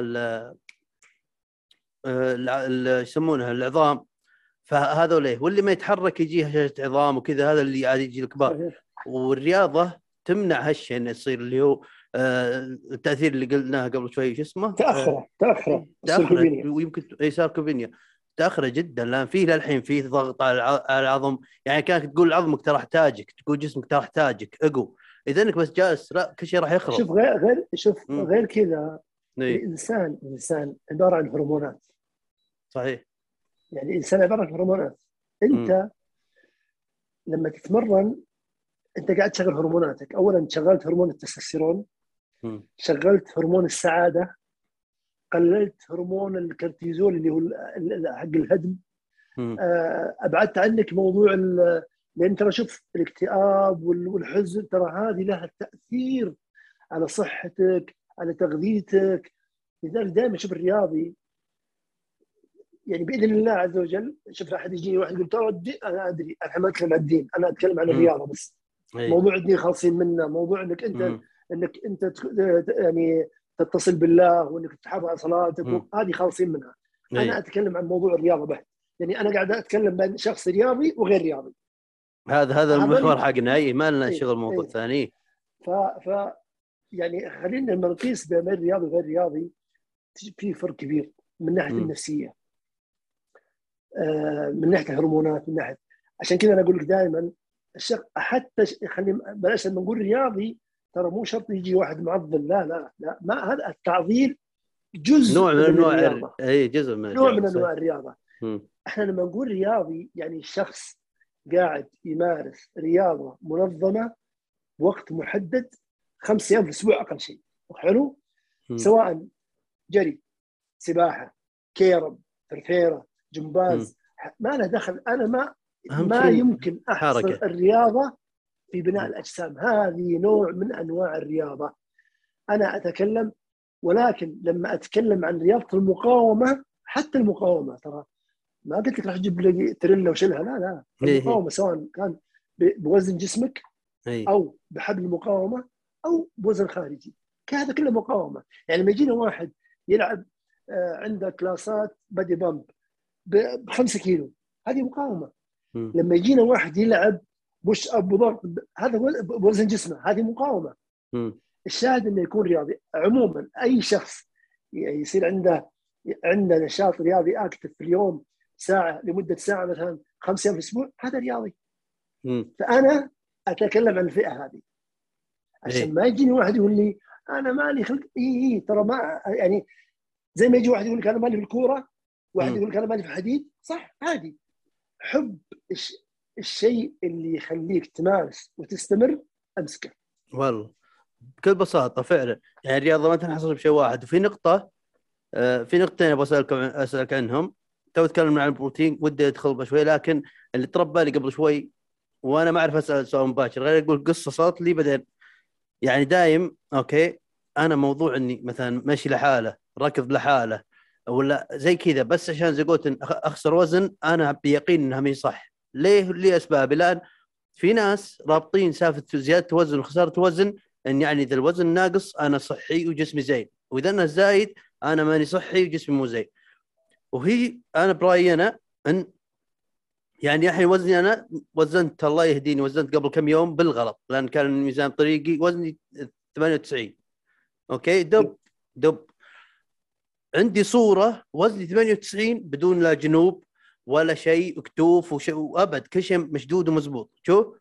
Speaker 1: يسمونها العظام. فهذا ليه، واللي ما يتحرك يجيه هشاشة عظام وكذا، هذا اللي عادي يجي الكبار. والرياضه تمنع هالشيء انه يصير اللي هو التاثير اللي قلناه قبل شوي، شو اسمه تاخره ويمكن ساركوبينيا تاخره جدا، لان فيه للحين فيه ضغط على العظم. يعني كانك تقول عظمك ترى احتاجك، تقول جسمك ترى احتاجك اقو، اذا انك بس جالس لا كل شيء راح يخرب.
Speaker 6: شوف غير كذا. الانسان عباره عن هرمونات.
Speaker 1: صحيح.
Speaker 6: يعني الانسان عباره عن هرمونات. انت لما تتمرن انت قاعد تشغل هرموناتك. اولا شغلت هرمون التستوستيرون، شغلت هرمون السعاده، قللت هرمون الكورتيزول اللي هو حق الهدم، ابعدت عنك موضوع لان ترى شوف الاكتئاب والحزن ترى هذه لها تاثير على صحتك، على تغذيتك. لذلك دائما شوف الرياضي، يعني باذن الله عز وجل، شوف احد يجيني واحد يقول ترى انا ادري، انا ما اتكلم عن الدين، انا اتكلم عن الرياضه بس. موضوع الدين خالصين منه، موضوع انك انت يعني تتصل بالله وانك تحافظ على صلاتك، هذه خالصين منها. انا اتكلم عن موضوع الرياضه بحت. يعني انا قاعد اتكلم بين شخص رياضي وغير رياضي.
Speaker 1: هذا المحور حقنا، ما لنا شغل موضوع ثاني.
Speaker 6: ف يعني خلينا لما نقيس بين الرياضي وغير رياضي في فرق كبير من ناحيه النفسيه، من ناحيه الهرمونات، من ناحيه. عشان كذا انا اقول لك دائما حتى خلينا بلاش لما نقول رياضي، ترى مو شرط يجي واحد معضل، لا لا لا، ما هذا التعضيل جزء
Speaker 1: نوع من
Speaker 6: من
Speaker 1: انواع
Speaker 6: الرياضه،
Speaker 1: اي جزء من
Speaker 6: نوع
Speaker 1: الرياضه،
Speaker 6: من
Speaker 1: صحيح.
Speaker 6: انواع الرياضه. احنا لما نقول رياضي يعني شخص قاعد يمارس رياضه منظمه بوقت محدد 5 ايام في الاسبوع اقل شيء، حلو، سواء جري، سباحه، كيرم، فرفيره، جمباز، ما له دخل. انا ما يمكن احصر
Speaker 1: حركة.
Speaker 6: الرياضه في بناء الاجسام، هذه نوع من انواع الرياضه انا اتكلم. ولكن لما اتكلم عن رياضه المقاومه، حتى المقاومه ترى ما قلت لك راح تجيب لي تريلا وشيلها، لا لا، المقاومه سواء كان بوزن جسمك او بحبل المقاومه او بوزن خارجي، هذا كله مقاومه. يعني لما يجينا واحد يلعب عنده كلاسات بدي بامب ب5 كيلو، هذه مقاومه. لما يجينا واحد يلعب بوش اب وضغط، هذا بوزن جسمه، هذه مقاومه. الشاهد انه يكون رياضي. عموما اي شخص يصير عنده نشاط رياضي اكتف في اليوم ساعه لمده ساعه مثلا 5 ايام في الاسبوع، هذا رياضي. فانا اتكلم عن الفئه هذه عشان ما يجيني واحد يقول لي انا مالي خلق. ترى ما يعني زي ما يجي واحد يقول لك انا مالي في الكوره، واحد يقول لك انا مالي في الحديد، صح، عادي. حب الشيء اللي يخليك تمارس وتستمر، امسكه.
Speaker 1: والله بكل بساطه فعلا، يعني الرياضه ما تنحصر بشيء واحد. وفي نقطه في نقطتين ابغى اسالك عنهم. تو تكلمنا عن البروتين، ودي ادخل بشوي، لكن اللي تربى لي قبل شوي وانا ما اعرف اسال سؤال مباشر غير اقول قصه صارت لي بعدين. يعني دايم اوكي، انا موضوع اني مثلا ماشي لحاله، ركض لحاله، ولا زي كذا بس عشان زي قلت اخسر وزن، انا بيقين انها مي صح. ليه اسباب. الان في ناس رابطين سالفه زياده وزن وخساره وزن ان يعني اذا الوزن ناقص انا صحي وجسمي زين، واذا انا زايد انا ماني صحي وجسمي مو زين. وهي انا برايي انا ان يعني الحين وزني انا وزنت الله يهديني وزنت قبل كم يوم بالغلط، لان كان الميزان طريقي وزني 98. اوكي دب عندي صوره وزني 98 بدون لا جنوب ولا شيء، اكتوف وابد كل شيء مشدود ومزبوط. شوف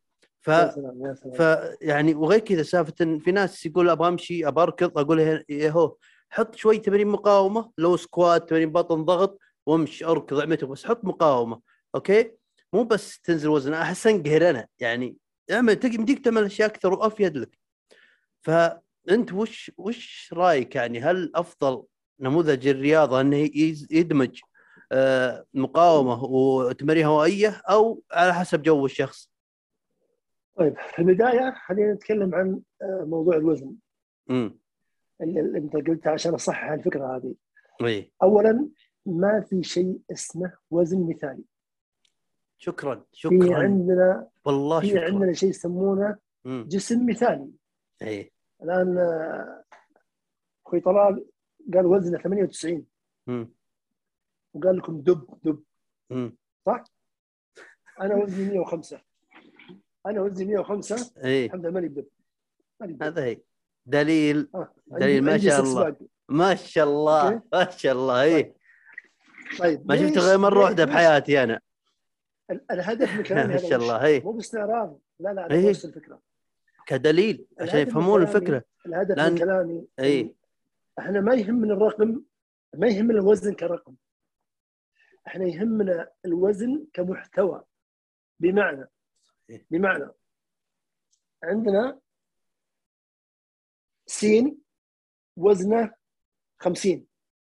Speaker 1: يعني وغير كذا سالفه ان في ناس يقول ابغى امشي ابغى اركض، اقول هو حط شوي تمارين مقاومه، لو سكوات، تمارين بطن، ضغط، وامشي اركض اعمته، بس حط مقاومه. اوكي مو بس تنزل وزن. احس انقهر انا يعني، اعمل مديك تعمل اشياء اكثر وافيد لك. فانت وش رايك؟ يعني هل افضل نموذج الرياضه انه يدمج مقاومه وتمارين هوائيه، او على حسب جو الشخص؟
Speaker 6: طيب في البدايه خلينا نتكلم عن موضوع الوزن اللي انت قلت عشان اصحح الفكره هذه. اولا ما في شيء اسمه وزن مثالي.
Speaker 1: شكرا
Speaker 6: في عندنا
Speaker 1: والله
Speaker 6: في
Speaker 1: شكرا.
Speaker 6: عندنا شيء يسمونه جسم مثالي. الان اخوي طلال قال وزنه 98 وقال لكم دب صح؟ انا وزني 105. الحمد لله ماني بدب.
Speaker 1: هذا هي دليل ما
Speaker 6: عندي
Speaker 1: شاء الله ما شاء الله ما شاء الله.
Speaker 6: طيب
Speaker 1: ما شفت غير مره واحده بحياتي انا.
Speaker 6: الهدف من كلامي
Speaker 1: ما شاء الله
Speaker 6: مو باستعراض، لا انا بوصل الفكره
Speaker 1: كدليل عشان يفهمون الفكره.
Speaker 6: الهدف من كلامي احنا ما يهمنا الرقم، ما يهمنا الوزن كرقم، احنا يهمنا الوزن كمحتوى. بمعنى عندنا سين وزنه 50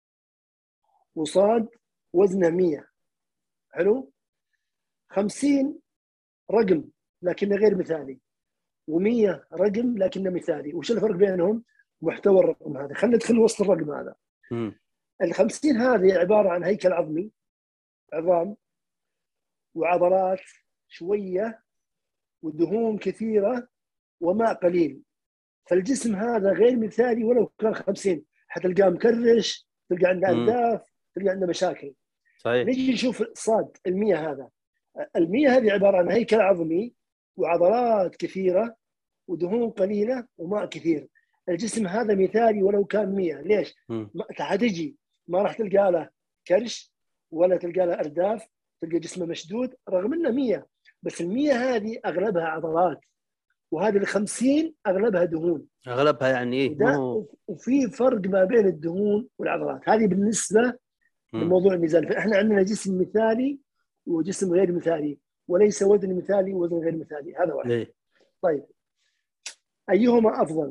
Speaker 6: وصاد وزنه 100. حلو. 50 رقم لكنه غير مثالي، و100 رقم لكنه مثالي. وش الفرق بينهم؟ محتوى الرقم هذا. خلينا ندخل وسط الرقم هذا. ال50 هذه عباره عن هيكل عظمي، عظام وعضلات شويه ودهون كثيره وماء قليل. فالجسم هذا غير مثالي ولو كان 50، حتلقاه مكرش، تلقى عنده اهداف، تلقى عنده مشاكل.
Speaker 1: صحيح.
Speaker 6: نجي نشوف صاد ال100 هذا. ال100 هذه عباره عن هيكل عظمي وعضلات كثيره ودهون قليله وماء كثير. الجسم هذا مثالي ولو كان 100. ليش؟ حتجي ما راح تلقى له كرش ولا تلقى له ارداف، تلقى جسمه مشدود رغم انه 100، بس ال100 هذه اغلبها عضلات، وهذه ال50 اغلبها دهون.
Speaker 1: اغلبها يعني ايه
Speaker 6: وفي فرق ما بين الدهون والعضلات. هذه بالنسبه لموضوع الميزان. فاحنا عندنا جسم مثالي وجسم غير مثالي، وليس وزن مثالي ووزن غير مثالي. هذا واحد.
Speaker 1: ليه؟
Speaker 6: طيب ايهما افضل؟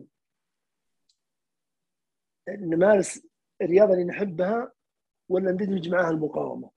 Speaker 6: نمارس الرياضه اللي نحبها ولا ندمج معها المقاومه؟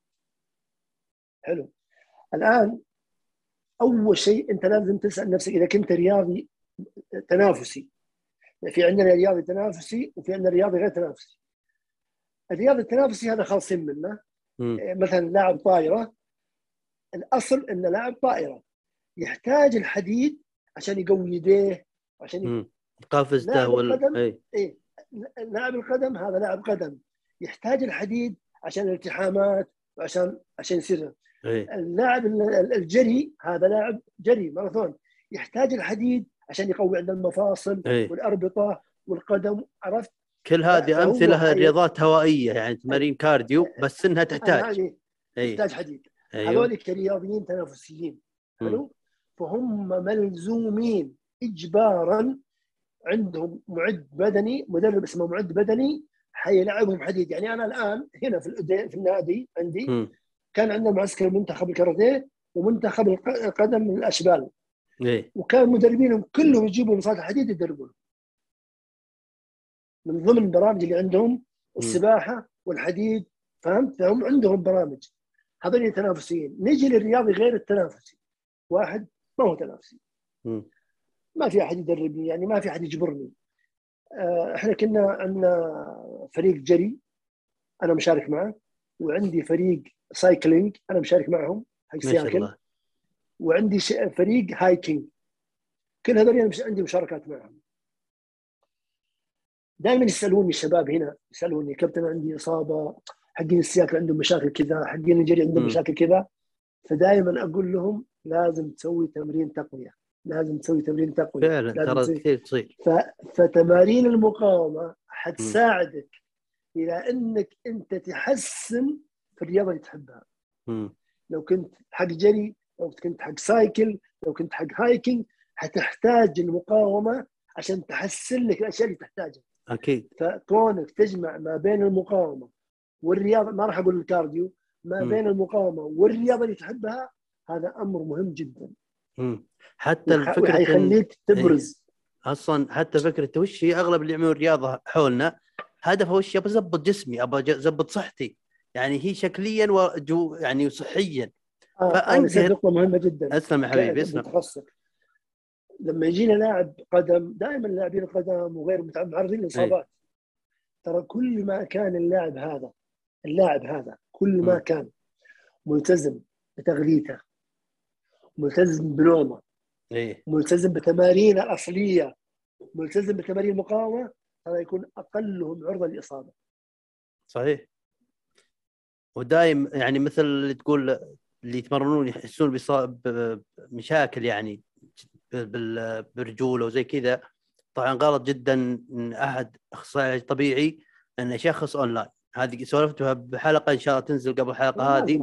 Speaker 6: حلو. الان اول شيء انت لازم تسال نفسك اذا كنت رياضي تنافسي. في عندنا رياضي تنافسي وفي عندنا رياضي غير تنافسي. الرياضي التنافسي هذا خالصين منه. مثلا لاعب طائره، الاصل ان لاعب طائره يحتاج الحديد عشان يقوي يديه، عشان
Speaker 1: قفز
Speaker 6: لاعب القدم.
Speaker 1: ايه
Speaker 6: لاعب القدم هذا لاعب قدم يحتاج الحديد عشان الالتحامات وعشان يصير. اللاعب الجري هذا لاعب جري ماراثون يحتاج الحديد عشان يقوي عند المفاصل والاربطه والقدم. عرفت؟
Speaker 1: كل هذه امثله رياضات هوائيه، يعني تمارين كارديو بس انها تحتاج
Speaker 6: تحتاج حديد. هذول كرياضيين تنافسيين. حلو. فهم ملزومين اجبارا، عندهم معد بدني، مدرب اسمه معد بدني حيلعبهم حديد. يعني انا الان هنا في النادي عندي كان عندنا معسكر منتخب الكاراتيه ومنتخب القدم الاشبال. وكان مدربينهم كلهم يجيبوا مصاد حديد يدربون. من ضمن البرامج اللي عندهم السباحه والحديد. فهمت؟ فهم عندهم برامج. هذول تنافسيين. نيجي للرياضي غير التنافسي. واحد ما هو تنافسي، ما في احد يدربني، يعني ما في احد يجبرني. احنا كنا عندنا فريق جري انا مشارك معه، وعندي فريق سايكلينج انا مشارك معهم حق سياكل، وعندي فريق هايكينج. كل هذول انا عندي مشاركات معهم. دائما يسالوني الشباب هنا، يسالوني كابتن عندي اصابه، حقين السياكل عندهم مشاكل كذا، حقين الجري عندهم مشاكل كذا. فدائما اقول لهم لازم تسوي تمرين تقويه، لازم تسوي تمرين تقويه
Speaker 1: فعلا. ترى كثير تصير.
Speaker 6: فتمارين المقاومه حتساعدك الى انك انت تحسن في الرياضه اللي تحبها. لو كنت حق جري، لو كنت حق سايكل، لو كنت حق هايكينج، حتحتاج المقاومه عشان تحسن لك الاشياء اللي تحتاجها.
Speaker 1: اكيد.
Speaker 6: فكونك تجمع ما بين المقاومه والرياضه، ما راح اقول الكارديو، ما بين المقاومه والرياضه اللي تحبها، هذا امر مهم جدا.
Speaker 1: حتى الفكره
Speaker 6: يخليك تبرز.
Speaker 1: اصلا حتى فكره وش هي اغلب اللي يعملون رياضه حولنا هدفه وش؟ ابى اضبط جسمي، ابى اضبط صحتي، يعني هي شكليا يعني صحيا.
Speaker 6: فانت نقطه مهمه جدا.
Speaker 1: اسلم يا حبيبي، اسلم.
Speaker 6: لما يجينا لاعب قدم، دائما لاعبين القدم وغير معرضين للاصابات. ترى كل ما كان اللاعب هذا كل ما كان ملتزم بتغذيته، ملتزم بنومه، ملتزم بتمارين الاصليه، ملتزم بتمارين المقاومه، ترى يكون اقلهم عرضه للاصابه.
Speaker 1: صحيح. ودايم يعني مثل اللي تقول اللي يتمرنون يحسون بمشاكل يعني بالرجوله وزي كذا. طبعا غلط جدا ان احد اخصائي طبيعي انه يشخص اونلاين. هذه سولفتها بحلقه ان شاء الله تنزل قبل الحلقه هذه.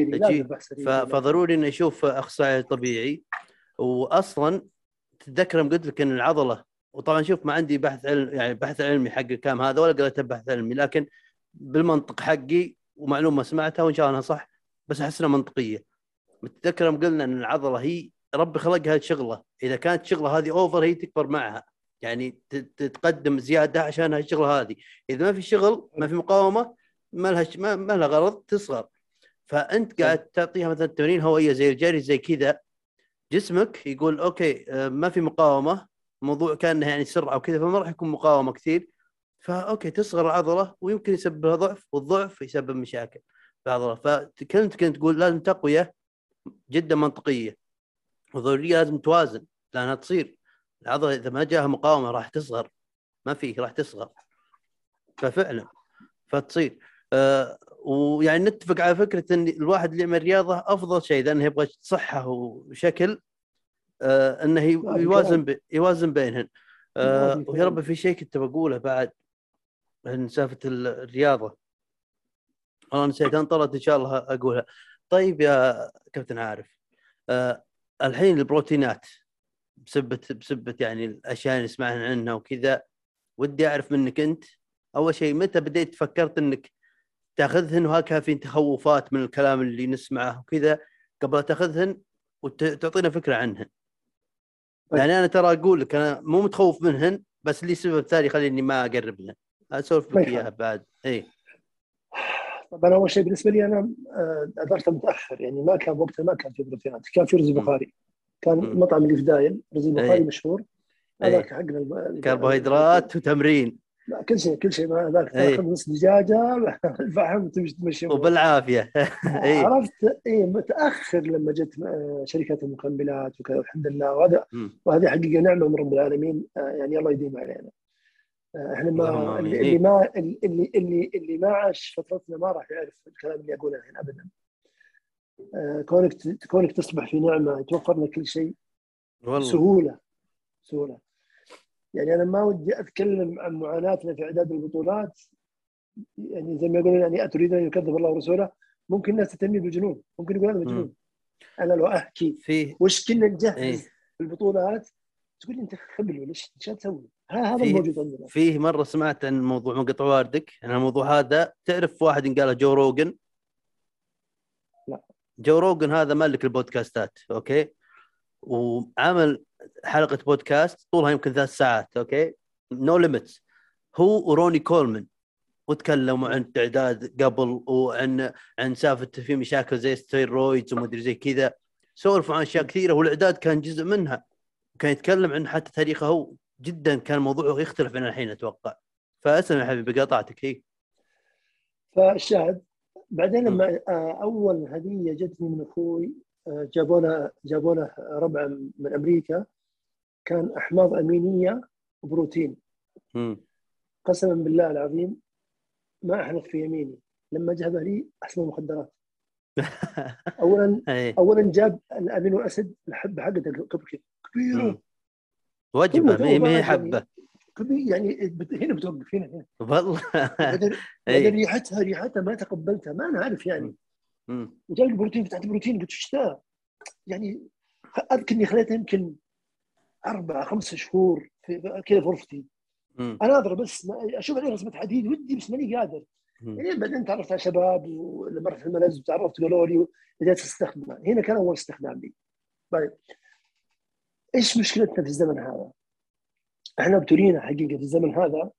Speaker 1: فضروري انه يشوف اخصائي طبيعي. واصلا تتذكر قلت لك ان العضله، وطبعا شوف ما عندي بحث يعني بحث علمي حق الكلام هذا ولا قريت بحث علمي، لكن بالمنطق حقي ومعلومه سمعتها وان شاء الله صح بس احسها منطقيه. متذكر قلنا ان العضله هي ربي خلقها شغله، اذا كانت شغله هذه اوفر هي تكبر معها، يعني تتقدم زياده عشان هالشغله هذه. اذا ما في شغل، ما في مقاومه، ما لها غرض، تصغر. فانت قاعد تعطيها مثلا تمارين هوائيه زي الجري زي كذا، جسمك يقول اوكي ما في مقاومه، موضوع كانه يعني سرعه وكذا، فما راح يكون مقاومه كثير، فاوكي تصغر العضله ويمكن يسبب لها ضعف، والضعف يسبب مشاكل في العضله. فكنت تقول لازم تقويه جدا منطقيه وضروريه، لازم توازن، لانها تصير العضله اذا ما جاها مقاومه راح تصغر، ما فيه راح تصغر. ففعلا فتصير ويعني نتفق على فكره ان الواحد اللي يعمل رياضه افضل شيء اذا يبغى صحه وشكل انه يوازن بينهن. ويا رب في شيء كنت بقوله بعد عن سالفه الرياضه، والله نسيت، انطرت ان شاء الله اقولها. طيب يا كابتن عارف، الحين البروتينات بسبة يعني الأشياء اللي سمعنا عنها وكذا، ودي أعرف منك أنت أول شيء متى بديت فكرت أنك تاخذهن، وهكذا في تخوفات من الكلام اللي نسمعه وكذا قبل لا تاخذهن وتعطينا فكرة عنهن. يعني أنا ترى أقول لك أنا مو متخوف منهن، بس لي سبب ثاني خليني ما أقرب لهن، أسولف لك إياها بعد. إيه
Speaker 6: طبعا اول شيء بالنسبه لي انا ادرت متاخر، يعني ما كان وقتها ما كان في بروتينات، كان في رز بخاري. كان مطعم اللي في دايل رز البخاري مشهور، هذاك حقنا
Speaker 1: كربوهيدرات وتمرين،
Speaker 6: كل شيء ما ذاك تاخذ نص دجاجه الفحم وتمشي تمشي
Speaker 1: وبالعافيه.
Speaker 6: عرفت متاخر لما جت شركات المكملات وكذا، الحمد لله. وهذه حقيقه نعمه من رب العالمين، يعني الله يديم علينا. احنا ما اللي ما عاش فترتنا ما راح يعرف الكلام اللي اقوله الحين ابدا. كونك تصبح في نعمه يتوفر لك كل شيء سهوله. يعني انا ما ودي اتكلم عن معاناتنا في اعداد البطولات، يعني زي ما يقولون يعني اتريد ان يكذب الله ورسوله. ممكن الناس تتهمني بالجنون، ممكن يقول انا مجنون. انا لو احكي وش كنا نجهز البطولات تقول لي انت خبل ولا ايش تسوي؟ هذا الموجود عندنا.
Speaker 1: فيه مره سمعت عن موضوع مقطع واردك، انا الموضوع هذا تعرف واحد قاله جو روجن.
Speaker 6: لا
Speaker 1: جو روجن هذا مالك البودكاستات، اوكي، وعمل حلقه بودكاست طولها يمكن 3 ساعات، اوكي، نو ليميتس، هو وروني كولمان، وتكلموا عن التعداد قبل وعن سالفه في مشاكل زي ستيرويدز ومدري زي كذا، سولفوا عن اشياء كثيره والاعداد كان جزء منها، وكان يتكلم عن حتى تاريخه هو جدا كان موضوعه يختلف عن الحين اتوقع. فاسلم يا حبيبي قاطعتك. هي
Speaker 6: فالشاهد بعدين لما اول هديه جتني من اخوي، جابونا ربع من امريكا، كان احماض امينيه وبروتين. قسما بالله العظيم ما احلف في يميني لما جابها لي احسن المخدرات. اولا جاب الامينو اسيد الحبه حقته كبيره
Speaker 1: وجبه ما هي حبه
Speaker 6: يعني هنا بتوقف هنا
Speaker 1: والله.
Speaker 6: بعدين ريحتها ما تقبلتها، ما انا عارف يعني. وجاب لي بروتين، فتحت بروتين قلت ايش ذا يعني. اذكر اني خليتها يمكن 4-5 شهور كذا في غرفتي، انا اضرب بس اشوف عليه رسمه حديد ودي بس ماني قادر. يعني بعدين تعرفت على شباب ولما رحت الملز وتعرفت قالوا لي بديت استخدمه. هنا كان اول استخدام لي. طيب ايش مشكلتنا في الزمن هذا؟ احنا ابتلينا حقيقه في الزمن هذا.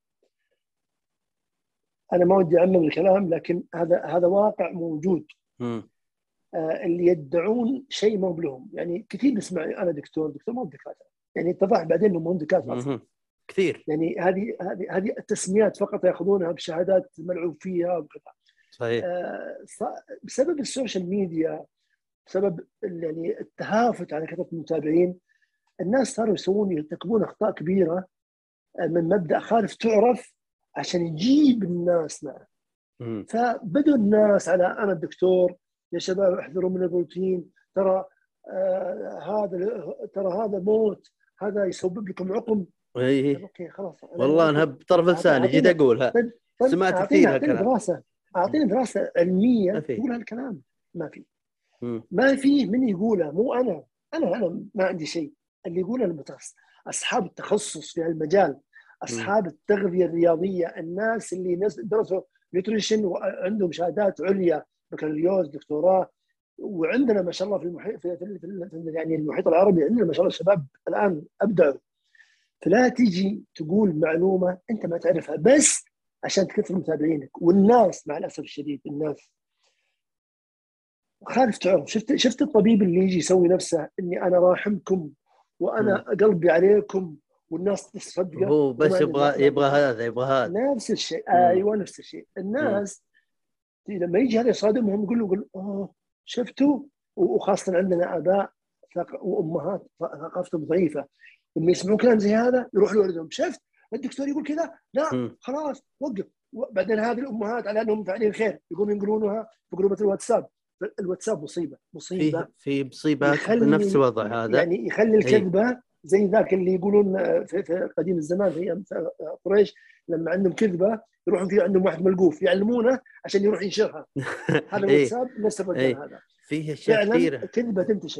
Speaker 6: انا ما ودي اعمم الكلام، لكن هذا واقع موجود. اللي يدعون شيء ما بلهم، يعني كثير نسمع انا دكتور ما هو دكاتره، يعني اتضح بعدين انهم هم دكاتره
Speaker 1: كثير.
Speaker 6: يعني هذه التسميات فقط ياخذونها بشهادات ملعوب فيها وكذا.
Speaker 1: صحيح.
Speaker 6: بسبب السوشيال ميديا، بسبب يعني التهافت على كثره المتابعين، الناس صاروا يرتكبون اخطاء كبيره من مبدا خالف تعرف عشان يجيب الناس معه. فبدوا الناس على انا الدكتور يا شباب احذروا من البروتين، ترى هذا موت، هذا يسبب لكم عقم. اوكي خلاص
Speaker 1: والله انا بطرف لساني جيت اقولها. سمعت كثير هالكلام.
Speaker 6: اعطيني دراسه علميه تقول هالكلام. ما في من يقوله، مو انا ما عندي شيء. اللي يقوله اصحاب التخصص في هالمجال، اصحاب التغذيه الرياضيه، الناس اللي درسوا نيوتريشن وعندهم شهادات عليا، بكالوريوس، دكتوراه. وعندنا ما شاء الله في المحيط يعني المحيط العربي عندنا ما شاء الله الشباب الان ابدعوا. فلا تيجي تقول معلومه انت ما تعرفها بس عشان تكثر متابعينك. والناس مع الاسف الشديد الناس خالف تعرف. شفت الطبيب اللي يجي يسوي نفسه اني انا راحمكم وانا قلبي عليكم والناس تصدقه،
Speaker 1: هو بس يبغى هذا
Speaker 6: نفس الشيء. ايوه نفس الشيء. الناس لما يجي هذا يصادمهم يقول اوه شفتوا. وخاصه عندنا اباء وامهات ثقافتهم ضعيفه، لما يسمعون كلام زي هذا يروحوا لولدهم شفت الدكتور يقول كذا، لا خلاص وقف. بعدين هذه الامهات على انهم فاعلين خير يقوموا ينقلونها في جروبات الواتساب. الواتساب مصيبه
Speaker 1: في مصيبات بنفس الوضع هذا،
Speaker 6: يعني يخلي الكذبه زي ذاك اللي يقولون في قديم الزمان في قريش لما عندهم كذبه يروحون في عندهم واحد ملقوف يعلمونه عشان يروح ينشرها. هذا الواتساب نفس الرجال هذا
Speaker 1: فيه اشياء كثيره
Speaker 6: كذبه تنتشر.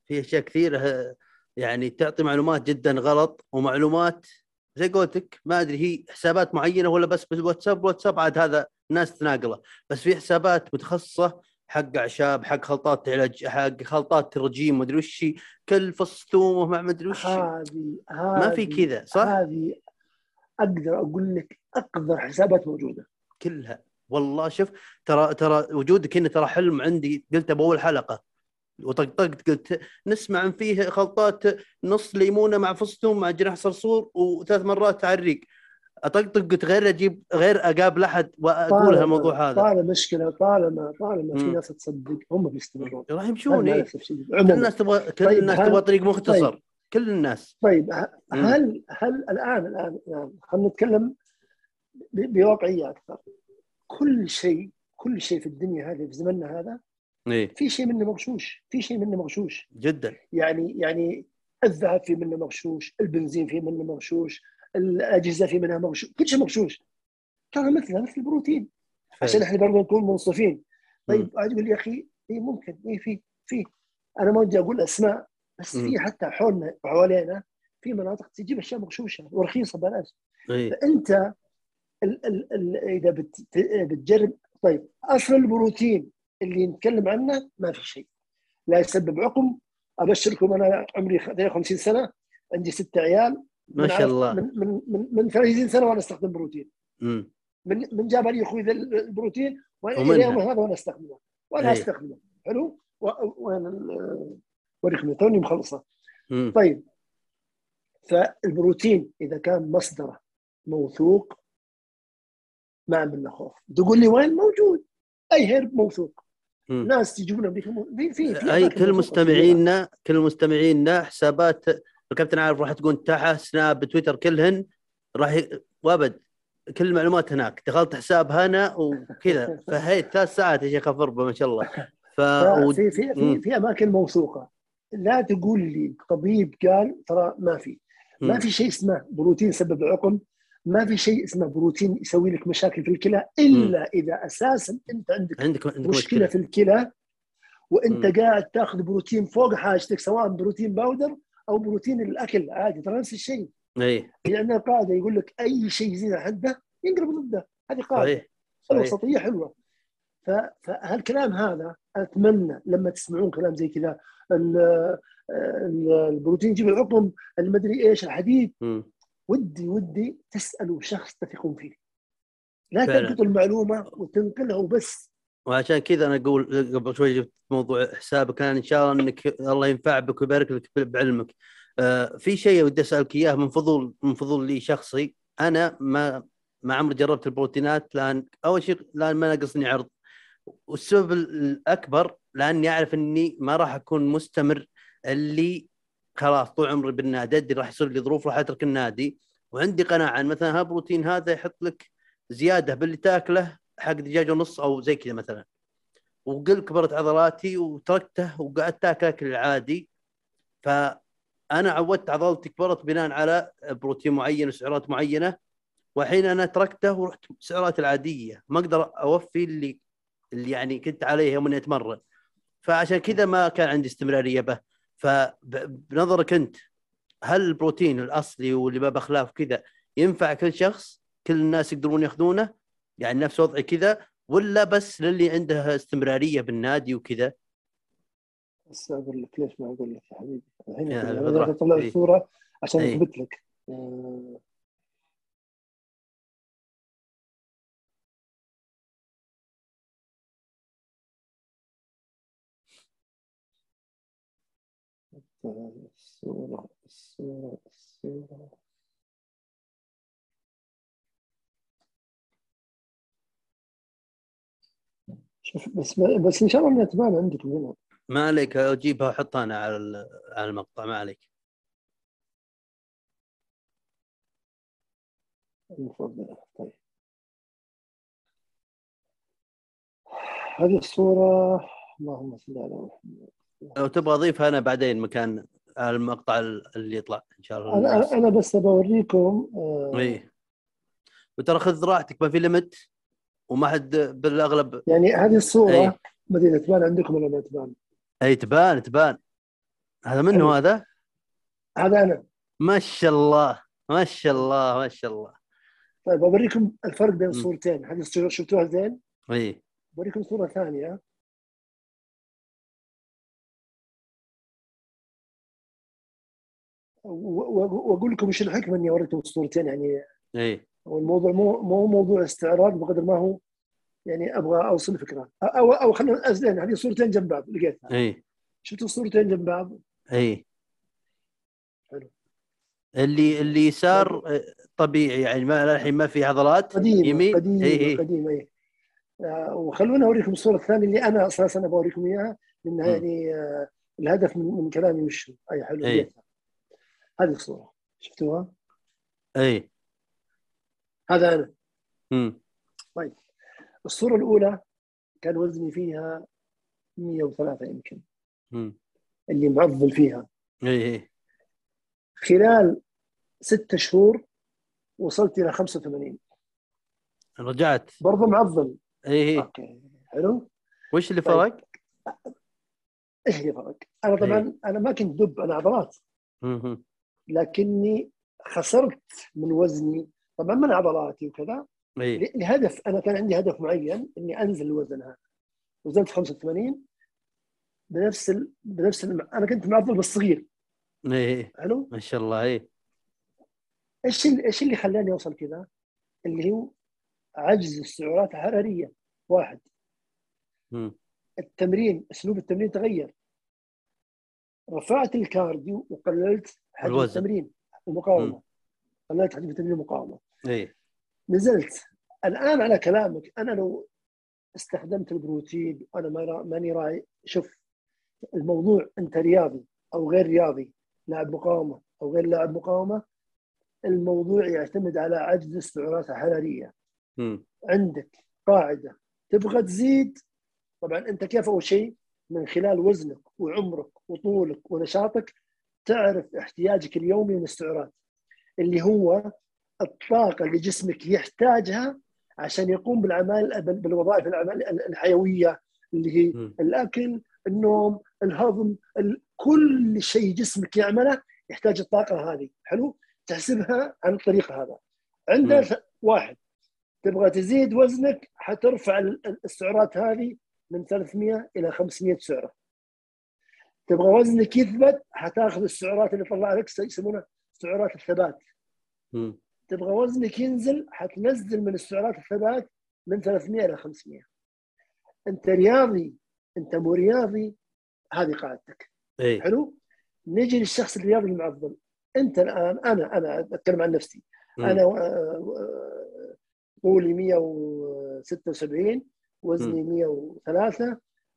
Speaker 1: في اشياء كثيره يعني تعطي معلومات جدا غلط، ومعلومات زي قولتك ما ادري هي حسابات معينه ولا بس بالواتساب عاد هذا الناس تناقله، بس في حسابات متخصصه حق اعشاب، حق خلطات علاج، حق خلطات رجيم، مدري وش، كل فص ثومه مع مدري وش.
Speaker 6: هذه
Speaker 1: ما في كذا صح؟
Speaker 6: هذه اقدر اقول لك اقدر حسابات موجوده
Speaker 1: كلها والله. شوف ترى وجودك هنا ترى حلم عندي، قلته باول حلقه وطقطقت قلت نسمع عن فيه خلطات نص ليمونه مع فص ثوم مع جناح صرصور وثلاث مرات على الريق. اطقطق قلت غير اجيب غير اقابل احد واقول هالموضوع هذا.
Speaker 6: مشكله طالما في ناس تصدق هم بيستمرون،
Speaker 1: راح
Speaker 6: هذا
Speaker 1: يمشون.
Speaker 6: ما
Speaker 1: إيه؟
Speaker 6: يصير شيء
Speaker 1: كل
Speaker 6: عموما.
Speaker 1: الناس تبغى
Speaker 6: طيب
Speaker 1: طريق مختصر.
Speaker 6: طيب
Speaker 1: كل الناس.
Speaker 6: طيب هل الان خلينا نتكلم بواقعيه اكثر. كل شيء في الدنيا هذه في زمننا هذا
Speaker 1: إيه؟
Speaker 6: في شيء منه مغشوش
Speaker 1: جدا.
Speaker 6: يعني الذهب في منه مغشوش، البنزين في منه مغشوش، الاجهزه في منها مغشوش، كل شيء مغشوش. ترى مثل البروتين عشان احنا برضه نكون منصفين. طيب قاعد يقول يا اخي اي ممكن في انا ما ودي اقول اسماء، بس في حتى حولنا وحوالينا في مناطق تجيب اشياء مغشوشه ورخيصه بلاش.
Speaker 1: إيه؟
Speaker 6: فانت اذا بتجرب. طيب اصل البروتين اللي نتكلم عنه ما في شيء، لا يسبب عقم. ابشركم انا عمري 53 سنه، عندي 6 عيال،
Speaker 1: ما شاء الله.
Speaker 6: من 30 سنه وانا استخدم بروتين.
Speaker 1: مم.
Speaker 6: من جاب لي اخوي البروتين
Speaker 1: ومنها.
Speaker 6: الى يوم هذا وانا استخدمه
Speaker 1: أي.
Speaker 6: استخدمه حلو. وانا وريكم توني مخلصه.
Speaker 1: مم.
Speaker 6: طيب فالبروتين اذا كان مصدره موثوق ما عندنا خوف. تقول لي وين موجود؟ اي هرب موثوق. ناس يجيبون في
Speaker 1: اي كل مستمعينا حسابات الكابتن عارف راح تكون تحت سناب تويتر كلهن وابد كل المعلومات هناك. دخلت حساب هنا وكذا فهيت 3 ساعات يا شيخ افربه ما شاء الله.
Speaker 6: في اماكن موثوقه. لا تقول لي طبيب قال ترى ما في شيء اسمه بروتين سبب عقم، ما في شيء اسمه بروتين يسوي لك مشاكل في الكلى الا اذا اساسا انت عندك مشكله في الكلى وانت قاعد تاخذ بروتين فوق حاجتك، سواء بروتين باودر او بروتين الاكل عادي، ترى نفس الشيء. لان القاعده يقول لك اي شيء يزيد حده ينقلب ضده، هذه قاعده وسطيه حلوه. فهالكلام هذا اتمنى لما تسمعون كلام زي كذا البروتين يجيب العقم المدري ايش الحديد، ودي تسالوا شخص تثقون فيه، لا تنقل المعلومه وتنقلها وبس.
Speaker 1: وعشان كذا انا اقول قبل شوي جبت موضوع حسابك، كان ان شاء الله انك الله ينفع بك ويبارك لك بعلمك. في شيء ودي اسالك اياه من فضول لي شخصي. انا ما عمري جربت البروتينات، لان اول شيء لان ما ناقصني عرض، والسبب الاكبر لاني اعرف اني ما راح اكون مستمر، اللي خلاص طول عمري بالنادي راح يصير لي ظروف راح اترك النادي، وعندي قناعه ان مثلا هالبروتين هذا يحط لك زياده باللي تاكله حق دجاج ونص او زي كذا مثلا، وقل كبرت عضلاتي وتركته وقعدت اكل العادي. فانا عودت عضلتي كبرت بناء على بروتين معين وسعرات معينه، والحين انا تركته ورحت سعرات العاديه، ما اقدر اوفي اللي يعني كنت عليه يوم اني اتمرن. فعشان كذا ما كان عندي استمراريه به. فبنظرك انت هل البروتين الاصلي واللي ما بخلاف كذا ينفع كل شخص، كل الناس يقدرون ياخذونه يعني نفس وضعي كذا، ولا بس للي عنده استمراريه بالنادي وكذا؟
Speaker 6: بس اقول لك ليش ما اقول لك يا حبيبي الحين انا اطلع الصوره عشان اثبت لك. الصورة شوف بس ان شاء الله انها تبان عندك هنا.
Speaker 1: ما عليك، اجيبها واحطها انا على المقطع، ما عليك.
Speaker 6: طيب هذه الصورة اللهم صل على محمد.
Speaker 1: لو تبغى اضيفها انا بعدين مكان المقطع اللي يطلع ان شاء الله.
Speaker 6: انا بس بوريكم.
Speaker 1: ايه وترى خذ راحتك، ما في ليمت وما حد بالاغلب.
Speaker 6: يعني هذه الصورة ما ادري تبان عندكم ولا ما تبان؟
Speaker 1: اي تبان هذا منه
Speaker 6: حلو.
Speaker 1: هذا.
Speaker 6: هذا انا.
Speaker 1: ما شاء الله ما شاء الله ما شاء الله.
Speaker 6: طيب بوريكم الفرق بين
Speaker 1: مم.
Speaker 6: صورتين. هذه الصورة شفتوها زين؟
Speaker 1: اي
Speaker 6: بوريكم صورة ثانية. واقول لكم ايش الحكمة اني اوريكم الصورتين. يعني
Speaker 1: اي
Speaker 6: هو الموضوع مو موضوع استعراض بقدر ما هو، يعني ابغى اوصل فكرة. او خلينا ازين، هذه صورتين جنب بعض لقيتها.
Speaker 1: اي
Speaker 6: شفتوا الصورتين جنب بعض؟
Speaker 1: اي.
Speaker 6: حلو.
Speaker 1: اللي يسار طبيعي يعني، ما الحين ما في عضلات.
Speaker 6: قديمة
Speaker 1: يمين اي
Speaker 6: قديمة
Speaker 1: اي.
Speaker 6: قديمة اي. وخلونا اوريكم الصورة الثانية اللي انا اساسا ابغى اوريكم اياها، لانها
Speaker 1: مم.
Speaker 6: يعني الهدف من كلامي وش هو؟ اي حلو
Speaker 1: اي
Speaker 6: لقيتها. هذه الصورة شفتوها؟
Speaker 1: اي.
Speaker 6: هذا انا.
Speaker 1: مم.
Speaker 6: طيب الصورة الأولى كان وزني فيها 103 يمكن،
Speaker 1: مم.
Speaker 6: اللي معضل فيها.
Speaker 1: اي اي.
Speaker 6: خلال 6 شهور وصلت إلى 85،
Speaker 1: رجعت.
Speaker 6: برضه معضل.
Speaker 1: اي اي.
Speaker 6: أوكي حلو.
Speaker 1: وش اللي
Speaker 6: طيب
Speaker 1: فرق؟
Speaker 6: إيش اللي فرق؟ أنا
Speaker 1: اي.
Speaker 6: طبعا أنا ما كنت دب، أنا عضلات،
Speaker 1: مم.
Speaker 6: لكني خسرت من وزني طبعا من عضلاتي وكذا
Speaker 1: اي
Speaker 6: لهدف. أنا كان عندي هدف معين إني أنزل الوزن هذا. وزنت 85 أنا كنت معضل بالصغير.
Speaker 1: اي.
Speaker 6: حلو.
Speaker 1: ما شاء الله. اي
Speaker 6: ايش اللي خلاني اوصل كذا؟ اللي هو عجز السعرات الحراريه. واحد،
Speaker 1: مم.
Speaker 6: التمرين، اسلوب التمرين تغير. رفعت الكارديو وقللت حجم
Speaker 1: الوزن.
Speaker 6: التمرين
Speaker 1: مم.
Speaker 6: ومقاومه. قللت حجم التمرين ومقاومه.
Speaker 1: اي
Speaker 6: نزلت. الان على كلامك انا لو استخدمت البروتين وانا ماني راعي. شوف الموضوع، انت رياضي او غير رياضي، لاعب مقاومه او غير لاعب مقاومه، الموضوع يعتمد على عجز السعرات الحراريه.
Speaker 1: مم.
Speaker 6: عندك قاعده، تبغى تزيد. طبعا انت كيف؟ اول شيء من خلال وزنك وعمرك وطولك ونشاطك تعرف احتياجك اليومي من السعرات، اللي هو الطاقه اللي جسمك يحتاجها عشان يقوم بالوظائف الاعمال الحيويه، اللي هي
Speaker 1: مم.
Speaker 6: الاكل، النوم، الهضم، كل شيء جسمك يعمله يحتاج الطاقه هذه. حلو. تحسبها عن الطريق هذا.
Speaker 1: مم.
Speaker 6: عندك واحد، تبغى تزيد وزنك، حترفع السعرات هذه من 300 إلى 500 سعرة. تبغى وزنك يثبت، حتاخذ السعرات اللي طلع لك يسمونها سعرات الثبات.
Speaker 1: مم.
Speaker 6: تبغى وزنك ينزل، حتنزل من السعرات الثبات من 300 إلى 500. أنت رياضي، أنت مو رياضي، هذه قاعدتك.
Speaker 1: اي
Speaker 6: حلو. نجي للشخص الرياضي المعضل. أنت الآن، أنا أتكلم عن نفسي.
Speaker 1: مم.
Speaker 6: أنا طولي 176،
Speaker 1: مم.
Speaker 6: وزني 103،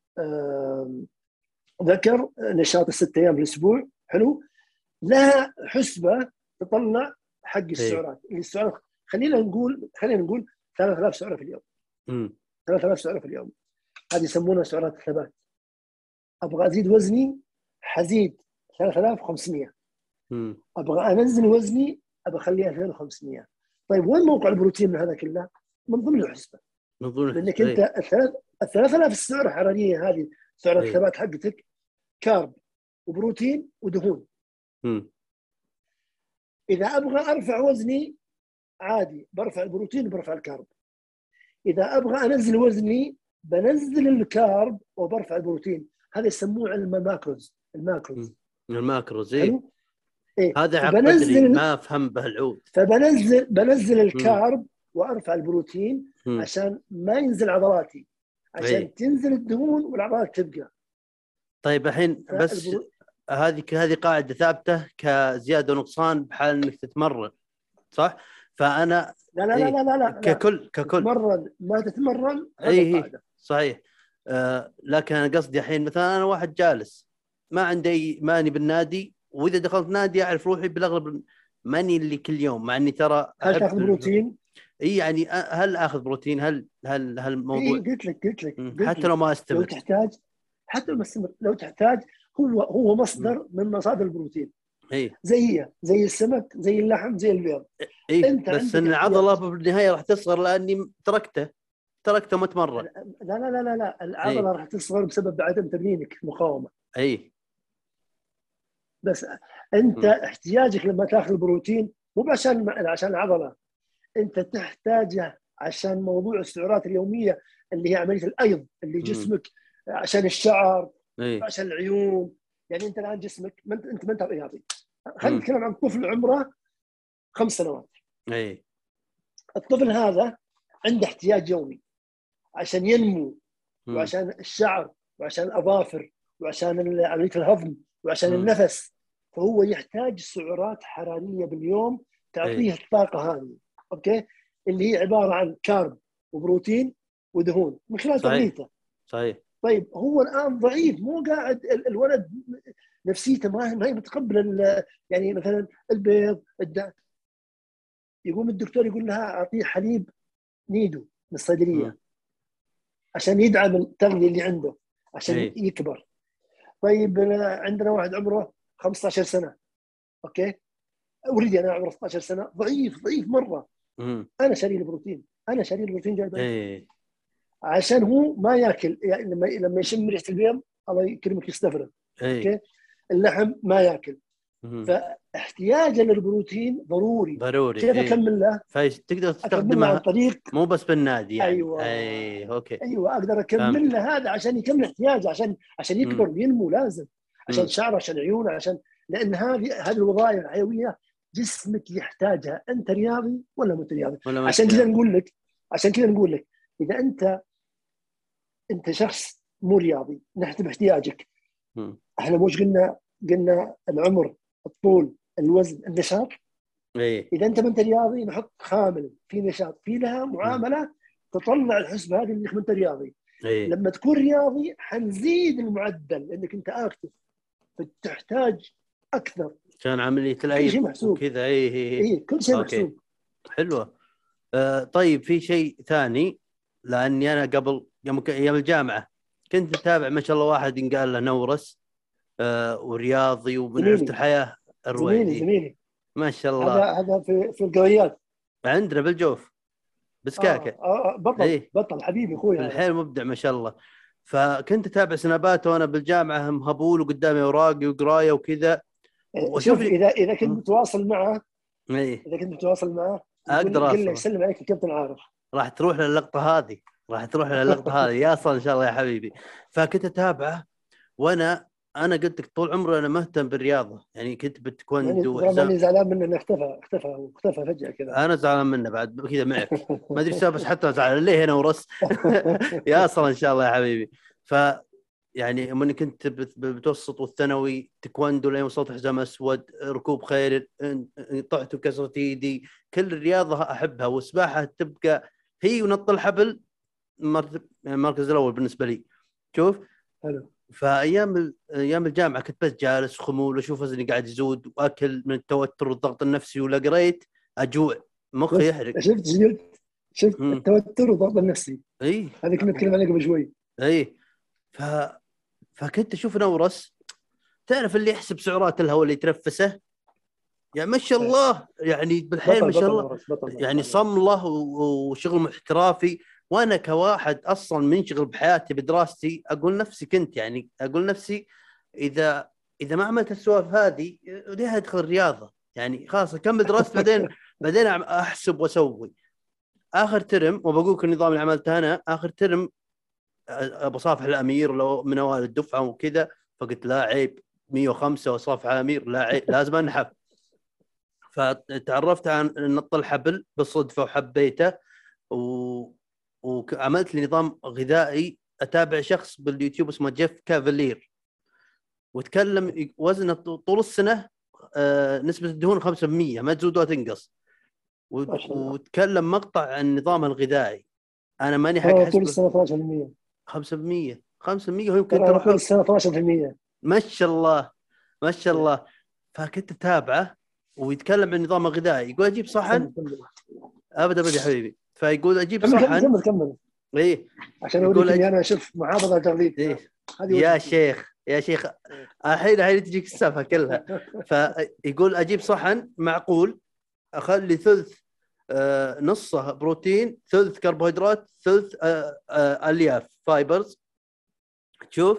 Speaker 6: ذكر، نشاط 6 أيام في الأسبوع. حلو. لها حسبة تطلع حق
Speaker 1: اي.
Speaker 6: السعرات. السعرات خلينا نقول 3000 سعرة في اليوم.
Speaker 1: مم.
Speaker 6: 3000 سعرة في اليوم، هذه يسمونها سعرات الثبات. أبغى أزيد وزني، حزيد 3500.
Speaker 1: مم.
Speaker 6: أبغى أنزل وزني، أبغى أخليها 2500. طيب وين موقع البروتين من هذا كله؟ من ضمن الحسبة.
Speaker 1: من ضمن
Speaker 6: لانك
Speaker 1: الحسبة.
Speaker 6: انت ال 3000 السعر الحراريه هذه، سعر
Speaker 1: اي.
Speaker 6: الثبات حقتك، كارب وبروتين ودهون.
Speaker 1: مم.
Speaker 6: اذا ابغى ارفع وزني عادي، برفع البروتين وبرفع الكارب. اذا ابغى انزل وزني، بنزل الكارب وبرفع البروتين. هذا يسموه علم الماكروز.
Speaker 1: مم. الماكروز. اي
Speaker 6: حلو. ايه.
Speaker 1: هذا عقد لي
Speaker 6: فبنزل
Speaker 1: ما افهم به العود.
Speaker 6: بنزل
Speaker 1: مم.
Speaker 6: الكارب وارفع البروتين
Speaker 1: مم.
Speaker 6: عشان ما ينزل عضلاتي، عشان
Speaker 1: اي.
Speaker 6: تنزل الدهون والعضلات تبقى.
Speaker 1: طيب الحين بس هذه قاعدة ثابتة كزيادة ونقصان بحال انك تتمرن، صح؟ فانا
Speaker 6: لا لا لا لا لا لا
Speaker 1: ككل
Speaker 6: تتمرن ما تتمرن، هذا
Speaker 1: اي
Speaker 6: القاعدة.
Speaker 1: صحيح. لكن انا قصدي الحين مثلا انا واحد جالس ما عندي، ماني بالنادي، واذا دخلت نادي اعرف روحي بالاغلب ماني اللي كل يوم، مع اني ترى
Speaker 6: هل تاخذ بروتين؟
Speaker 1: اي يعني هل اخذ بروتين؟ هل الموضوع
Speaker 6: قلت لك
Speaker 1: حتى لو ما
Speaker 6: لو
Speaker 1: استمر؟
Speaker 6: تحتاج، حتى لو تحتاج، هو مصدر من مصادر البروتين.
Speaker 1: اي
Speaker 6: زي السمك، زي اللحم، زي البيض.
Speaker 1: اي.
Speaker 6: انت
Speaker 1: بس
Speaker 6: عندك
Speaker 1: ان العضله بالنهايه راح تصغر لاني تركته متمرن.
Speaker 6: لا العضله راح تصغر بسبب عدم تمرينك مقاومه.
Speaker 1: اي
Speaker 6: بس انت
Speaker 1: مم.
Speaker 6: احتياجك لما تاخذ البروتين مو عشان العضله، انت تحتاجه عشان موضوع السعرات اليوميه اللي هي عمليه الايض اللي
Speaker 1: مم.
Speaker 6: جسمك، عشان الشعر،
Speaker 1: اي
Speaker 6: عشان العيون. يعني انت الان جسمك انت ما انت رياضي. خلينا
Speaker 1: مم.
Speaker 6: نتكلم عن طفل عمره 5 سنوات.
Speaker 1: اي
Speaker 6: الطفل هذا عنده احتياج يومي عشان ينمو،
Speaker 1: مم.
Speaker 6: وعشان الشعر، وعشان الاظافر، وعشان عمليه الهضم، وعشان
Speaker 1: مم.
Speaker 6: النفس. فهو يحتاج سعرات حراريه باليوم تعطيه
Speaker 1: اي
Speaker 6: الطاقه هذه. اوكي، اللي هي عباره عن كارب وبروتين ودهون من خلال
Speaker 1: صحيح
Speaker 6: تغذيته.
Speaker 1: صحيح.
Speaker 6: طيب هو الان ضعيف، مو قاعد الولد نفسيته ما هي متقبله يعني مثلا البيض يقوم الدكتور يقول لها اعطيه حليب نيدو من الصيدليه
Speaker 1: مم.
Speaker 6: عشان يدعم التغذيه اللي عنده عشان
Speaker 1: اي
Speaker 6: يكبر. طيب عندنا واحد عمره 15 سنه، اوكي، ولدي انا عمره 16 سنه، ضعيف مره.
Speaker 1: مم.
Speaker 6: انا شاري البروتين، جايبه
Speaker 1: اي
Speaker 6: عشان هو ما ياكل. يعني لما يشم ريحه البيض الله يكرمك يستفرغ.
Speaker 1: اي
Speaker 6: اوكي، اللحم ما ياكل.
Speaker 1: مم.
Speaker 6: فاحتياجه للبروتين ضروري.
Speaker 1: ضروري.
Speaker 6: كيف
Speaker 1: اي
Speaker 6: اكمل له؟
Speaker 1: فتقدر
Speaker 6: اكمل له عن
Speaker 1: تستخدمها
Speaker 6: طريق،
Speaker 1: مو بس بالنادي يعني.
Speaker 6: ايوه،
Speaker 1: اي اوكي
Speaker 6: اقدر اكمل
Speaker 1: فهمتك.
Speaker 6: له هذا عشان يكمل احتياجه، عشان
Speaker 1: مم.
Speaker 6: يكبر وينمو. لازم عشان
Speaker 1: مم.
Speaker 6: شعره، عشان عيونه، لان هذه الوظائف الحيويه جسمك يحتاجها. انت رياضي ولا مو رياضي؟
Speaker 1: ولا ما
Speaker 6: عشان كذا
Speaker 1: اشتري.
Speaker 6: نقول لك، اذا انت شخص مو رياضي نحسب احتياجك.
Speaker 1: مم.
Speaker 6: احنا مش قلنا العمر، الطول، الوزن، النشاط.
Speaker 1: اي
Speaker 6: اذا انت ما انت رياضي نحط خامل في نشاط، في لها
Speaker 1: مم.
Speaker 6: معامله تطلع الحسبه هذه انك ما انت رياضي.
Speaker 1: اي
Speaker 6: لما تكون رياضي حنزيد المعدل لانك انت اكتف، فتحتاج اكثر.
Speaker 1: كان عملية
Speaker 6: كل شيء
Speaker 1: الأيض
Speaker 6: محسوب.
Speaker 1: وكذا. اي
Speaker 6: ايه، كل شيء
Speaker 1: اوكي
Speaker 6: محسوب.
Speaker 1: حلوة. طيب في شيء ثاني، لاني انا قبل ايام الجامعة كنت اتابع ما شاء الله واحد ينقال له نورس، ورياضي ومن عرفت
Speaker 6: زميلي
Speaker 1: الحياة الرويدي.
Speaker 6: زميلي
Speaker 1: ما شاء الله.
Speaker 6: هذا في القويات.
Speaker 1: عندنا بالجوف بسكاكة.
Speaker 6: بطل
Speaker 1: اي
Speaker 6: بطل حبيبي اخوي هذا.
Speaker 1: الحين مبدع ما شاء الله. فكنت اتابع سناباته وانا بالجامعة مهبول وقدامي اوراقي وقرايه وكذا واشوف.
Speaker 6: شوف، اذا كنت
Speaker 1: مم.
Speaker 6: متواصل معه،
Speaker 1: اي اقدر
Speaker 6: قل له
Speaker 1: اوصل.
Speaker 6: يسلم عليك الكابتن عارف.
Speaker 1: راح تروح للقطة هذه يا اصلا ان شاء الله يا حبيبي. فكنت اتابعه وانا قلت لك طول عمري انا مهتم بالرياضه، يعني كنت
Speaker 6: يعني
Speaker 1: بالتايكوندو
Speaker 6: ترى
Speaker 1: وحزام.
Speaker 6: ماني زعلان منه انه اختفى فجاه كذا.
Speaker 1: انا زعلان منه بعد كذا معك، ما ادري السبب بس حتى زعلان ليه هنا ورس. يا اصلا ان شاء الله يا حبيبي. ف يعني من كنت بالمتوسط والثانوي تايكوندو لين وصلت حزام اسود، ركوب خيل، طحت وكسرت ايدي، كل الرياضه احبها، والسباحه تبقى هي ونط الحبل المركز الاول بالنسبه لي. شوف
Speaker 6: حلو.
Speaker 1: ايام الجامعه كنت بس جالس خمول واشوف وزني قاعد يزود واكل من التوتر والضغط النفسي، ولا قريت اجوع مخي يحرق.
Speaker 6: شفت
Speaker 1: مم.
Speaker 6: التوتر والضغط النفسي،
Speaker 1: اي
Speaker 6: هذه كنا نتكلم عليها قبل شوي.
Speaker 1: اي ف... فكنت اشوف نورس، تعرف اللي يحسب سعرات الهواء اللي يتنفسه، يعني ما شاء الله، يعني بالحيل ما شاء الله، يعني صمله وشغل احترافي. وانا كواحد اصلا منشغل بحياتي بدراستي اقول نفسي اذا ما عملت السوالف هذه ليه ادخل الرياضه؟ يعني خلاص اكمل دراستي بعدين احسب واسوي. اخر ترم، وبقولك النظام اللي عملته انا اخر ترم، بصافح الامير لو من اوائل الدفعه وكذا، فقلت لا عيب 105 وصافح الامير، لا عيب لازم انحف. فتعرفت عن نط الحبل بالصدفه وحبيته، وعملت لي نظام غذائي. اتابع شخص باليوتيوب اسمه جيف كافالير، وتكلم وزنه طول السنه نسبه الدهون 5%، ما تزود ولا تنقص. وتكلم مقطع عن نظامه الغذائي. انا ماني حق
Speaker 6: طول
Speaker 1: حسبه.
Speaker 6: السنه 12%.
Speaker 1: 500 ويمكن
Speaker 6: ترى
Speaker 1: تروح
Speaker 6: طول السنه 12%.
Speaker 1: ما شاء الله ما شاء الله. فكنت اتابعه ويتكلم عن النظام الغذائي، يقول اجيب صحن ابدا يا حبيبي، فيقول اجيب صحن.
Speaker 6: كمل
Speaker 1: ايه
Speaker 6: عشان اوريك اني انا اشوف محافظه تغذيه.
Speaker 1: إيه؟ يا شيخ الحين تجيك السالفه كلها. فيقول اجيب صحن معقول، اخلي ثلث نصه بروتين، ثلث كربوهيدرات، ثلث الياف فايبرز. شوف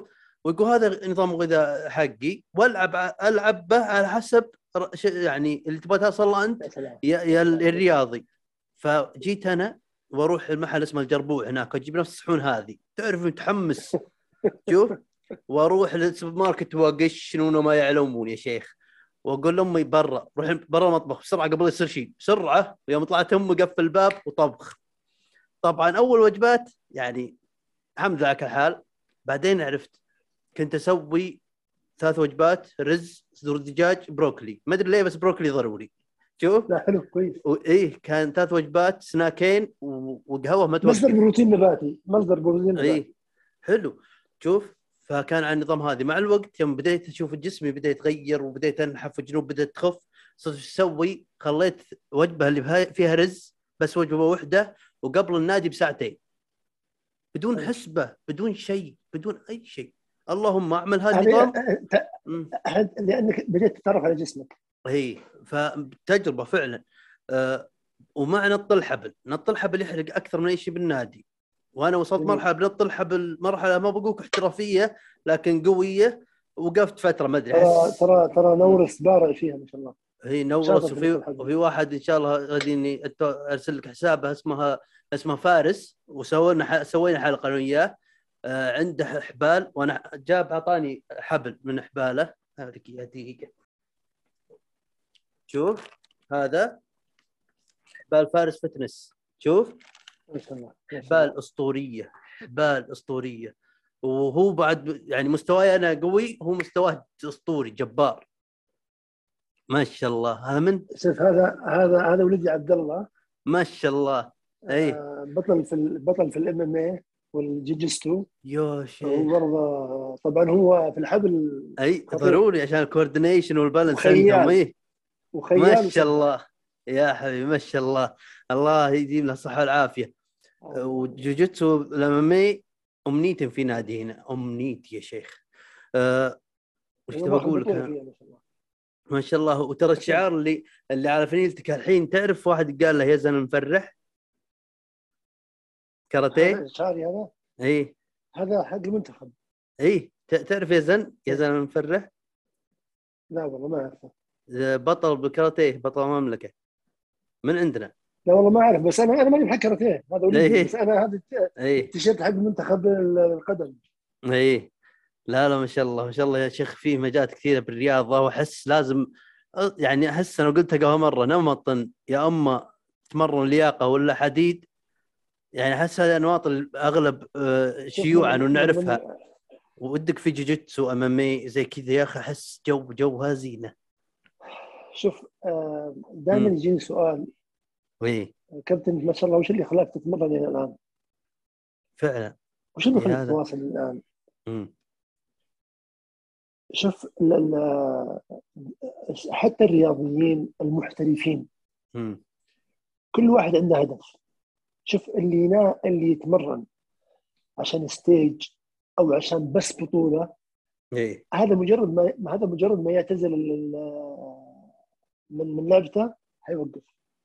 Speaker 1: ويقول هذا نظام غذاء حقي، والعب به على حسب يعني اللي تبغى توصل له انت
Speaker 6: يا سلام.
Speaker 1: يا الرياضي. فجيت انا واروح المحل اسمه الجربوع هناك اجيب نفس الصحون هذه، تعرف متحمس. شوف، واروح للسوبر ماركت واقش شنو ما يعلمون يا شيخ، واقول لامي برا، روح برا المطبخ بسرعه قبل يصير شيء بسرعه. ويوم طلعت امي قفل الباب وطبخ. طبعا اول وجبات يعني الحمد لله على كل حال. بعدين عرفت كنت اسوي 3 وجبات: رز، صدور دجاج، بروكلي. ما ادري ليه بس بروكلي ضروري. شوف،
Speaker 6: لا حلو كويس.
Speaker 1: ايه كان 3 وجبات، سناكين وقهوه ما
Speaker 6: مصدر
Speaker 1: توقف.
Speaker 6: بروتين نباتي، مصدر بروتين نباتي.
Speaker 1: ايه حلو. شوف، فكان على النظام هذه. مع الوقت يوم بديت اشوف جسمي بدا يتغير وبديت انحف والجنوب بدات تخف، صرت اسوي خليت وجبه اللي فيها رز بس وجبه واحده وقبل النادي بساعتين، بدون حسبه، بدون شيء، بدون اي شيء. اللهم اعمل هذا النظام.
Speaker 6: لانك بديت تتعرف على جسمك.
Speaker 1: هي فتجربه فعلا. ومع نط الحبل، نط الحبل يحرق اكثر من اي شيء بالنادي. وانا وصلت مرحله بنط الحبل، مرحله ما بقولك احترافيه لكن قويه. وقفت فتره ما ادري
Speaker 6: ترى نورس بارع فيها ما شاء الله.
Speaker 1: هي نورس. وفي واحد ان شاء الله غادي ارسل لك حسابه، اسمه فارس، سوينا حلقه انا وياه. عنده حبال وانا جاب اعطاني حبل من حباله. هذيك دقيقه، شوف هذا حبال فارس فتنس. شوف
Speaker 6: ما شاء الله
Speaker 1: حبال اسطوريه، حبال اسطوريه. وهو بعد يعني مستواي انا قوي، هو مستواه اسطوري جبار ما شاء الله. هذا من
Speaker 6: شوف هذا ولدي عبد الله
Speaker 1: ما شاء الله. اي
Speaker 6: بطل في الام ام اي والجيجستو
Speaker 1: يا شيخ.
Speaker 6: وبرضه طبعا هو في الحبل
Speaker 1: اي
Speaker 6: خطير.
Speaker 1: ضروري عشان الكوردينيشن والبالانس
Speaker 6: وخيال.
Speaker 1: عندهم. اي
Speaker 6: وخيال
Speaker 1: ما شاء الله يا حبيبي، ما شاء الله. الله يديم له الصحه والعافيه. وجوجيتسو الامامي امنيتي في نادي هنا، امنيتي يا شيخ. وش تبغى اقول لك؟ ما شاء الله. وترى الشعار اللي على فنيلتك الحين، تعرف واحد قال له يزن المفرح كاراتيه.
Speaker 6: شعري هذا؟
Speaker 1: اي
Speaker 6: هذا حق المنتخب.
Speaker 1: اي تعرف يزن المفرح؟
Speaker 6: لا والله ما اعرفه.
Speaker 1: بطل بالكاراتيه، بطل المملكه من عندنا.
Speaker 6: لا والله ما اعرف، بس انا ماني بحق كاراتيه هذا ولدي. بس انا هذا التيشيرت حق منتخب القدم.
Speaker 1: اي لا ما شاء الله ما شاء الله يا شيخ. فيه مجالات كثيره بالرياضه، واحس لازم يعني احس انا قلتها قبل مره، نمط يا اما تمرن لياقه ولا حديد. يعني احس هذه انواط اغلب شيوعا ونعرفها. ودك في جوجيتسو امامي زي كذا يا اخي، احس جوها زينه.
Speaker 6: شوف دائما يجيني سؤال، كابتن ما شاء الله وش اللي خلاك تتمرن الى الان؟
Speaker 1: فعلا
Speaker 6: وش اللي خلاك تواصل الان؟ شوف حتى الرياضيين المحترفين كل واحد عنده هدف. شوف اللي يتمرن عشان ستيج او عشان بس بطوله، هذا مجرد ما يعتزل من لعبته حيوقف.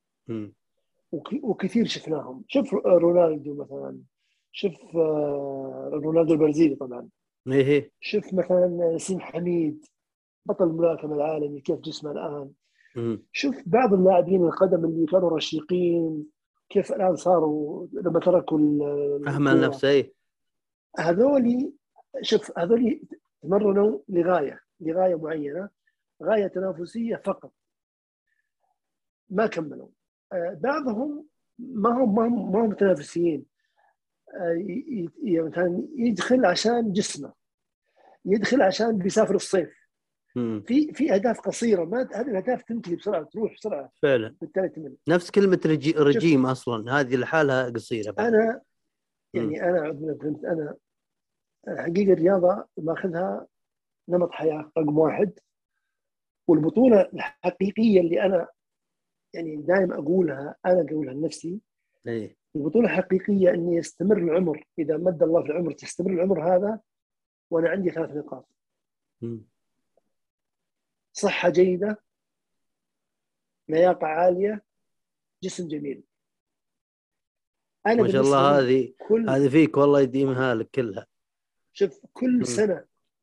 Speaker 6: وكثير شفناهم. شوف رونالدو مثلا، شوف رونالدو البرازيلي طبعا. شوف مثلا سيم حميد بطل الملاكمه العالمي كيف جسمه الان. شوف بعض اللاعبين القدم اللي كانوا رشيقين كيف الان صاروا لما تركوا
Speaker 1: اهمل نفسه.
Speaker 6: هذولي تمرنوا لغايه معينه، غايه تنافسيه فقط، ما كملوا. بعضهم ما هم متنافسين. مثلا يدخل عشان جسمه، يدخل عشان بيسافر الصيف. في اهداف قصيره، ما هذه الاهداف تنتهي بسرعه، تروح بسرعه
Speaker 1: فعلا.
Speaker 6: بالتالي تمل.
Speaker 1: نفس كلمه رجيم اصلا هذه لحالها قصيره.
Speaker 6: انا يعني انا حقيقه الرياضه ماخذها نمط حياه رقم واحد. والبطوله الحقيقيه اللي انا يعني دائما اقولها لنفسي، البطوله الحقيقيه اني يستمر العمر، اذا مد الله في العمر تستمر العمر هذا وانا عندي 3 نقاط: صحه جيده، لياقه عاليه، جسم جميل. انا
Speaker 1: ما شاء الله هذه فيك والله يديمها لك كلها.
Speaker 6: شوف كل سنه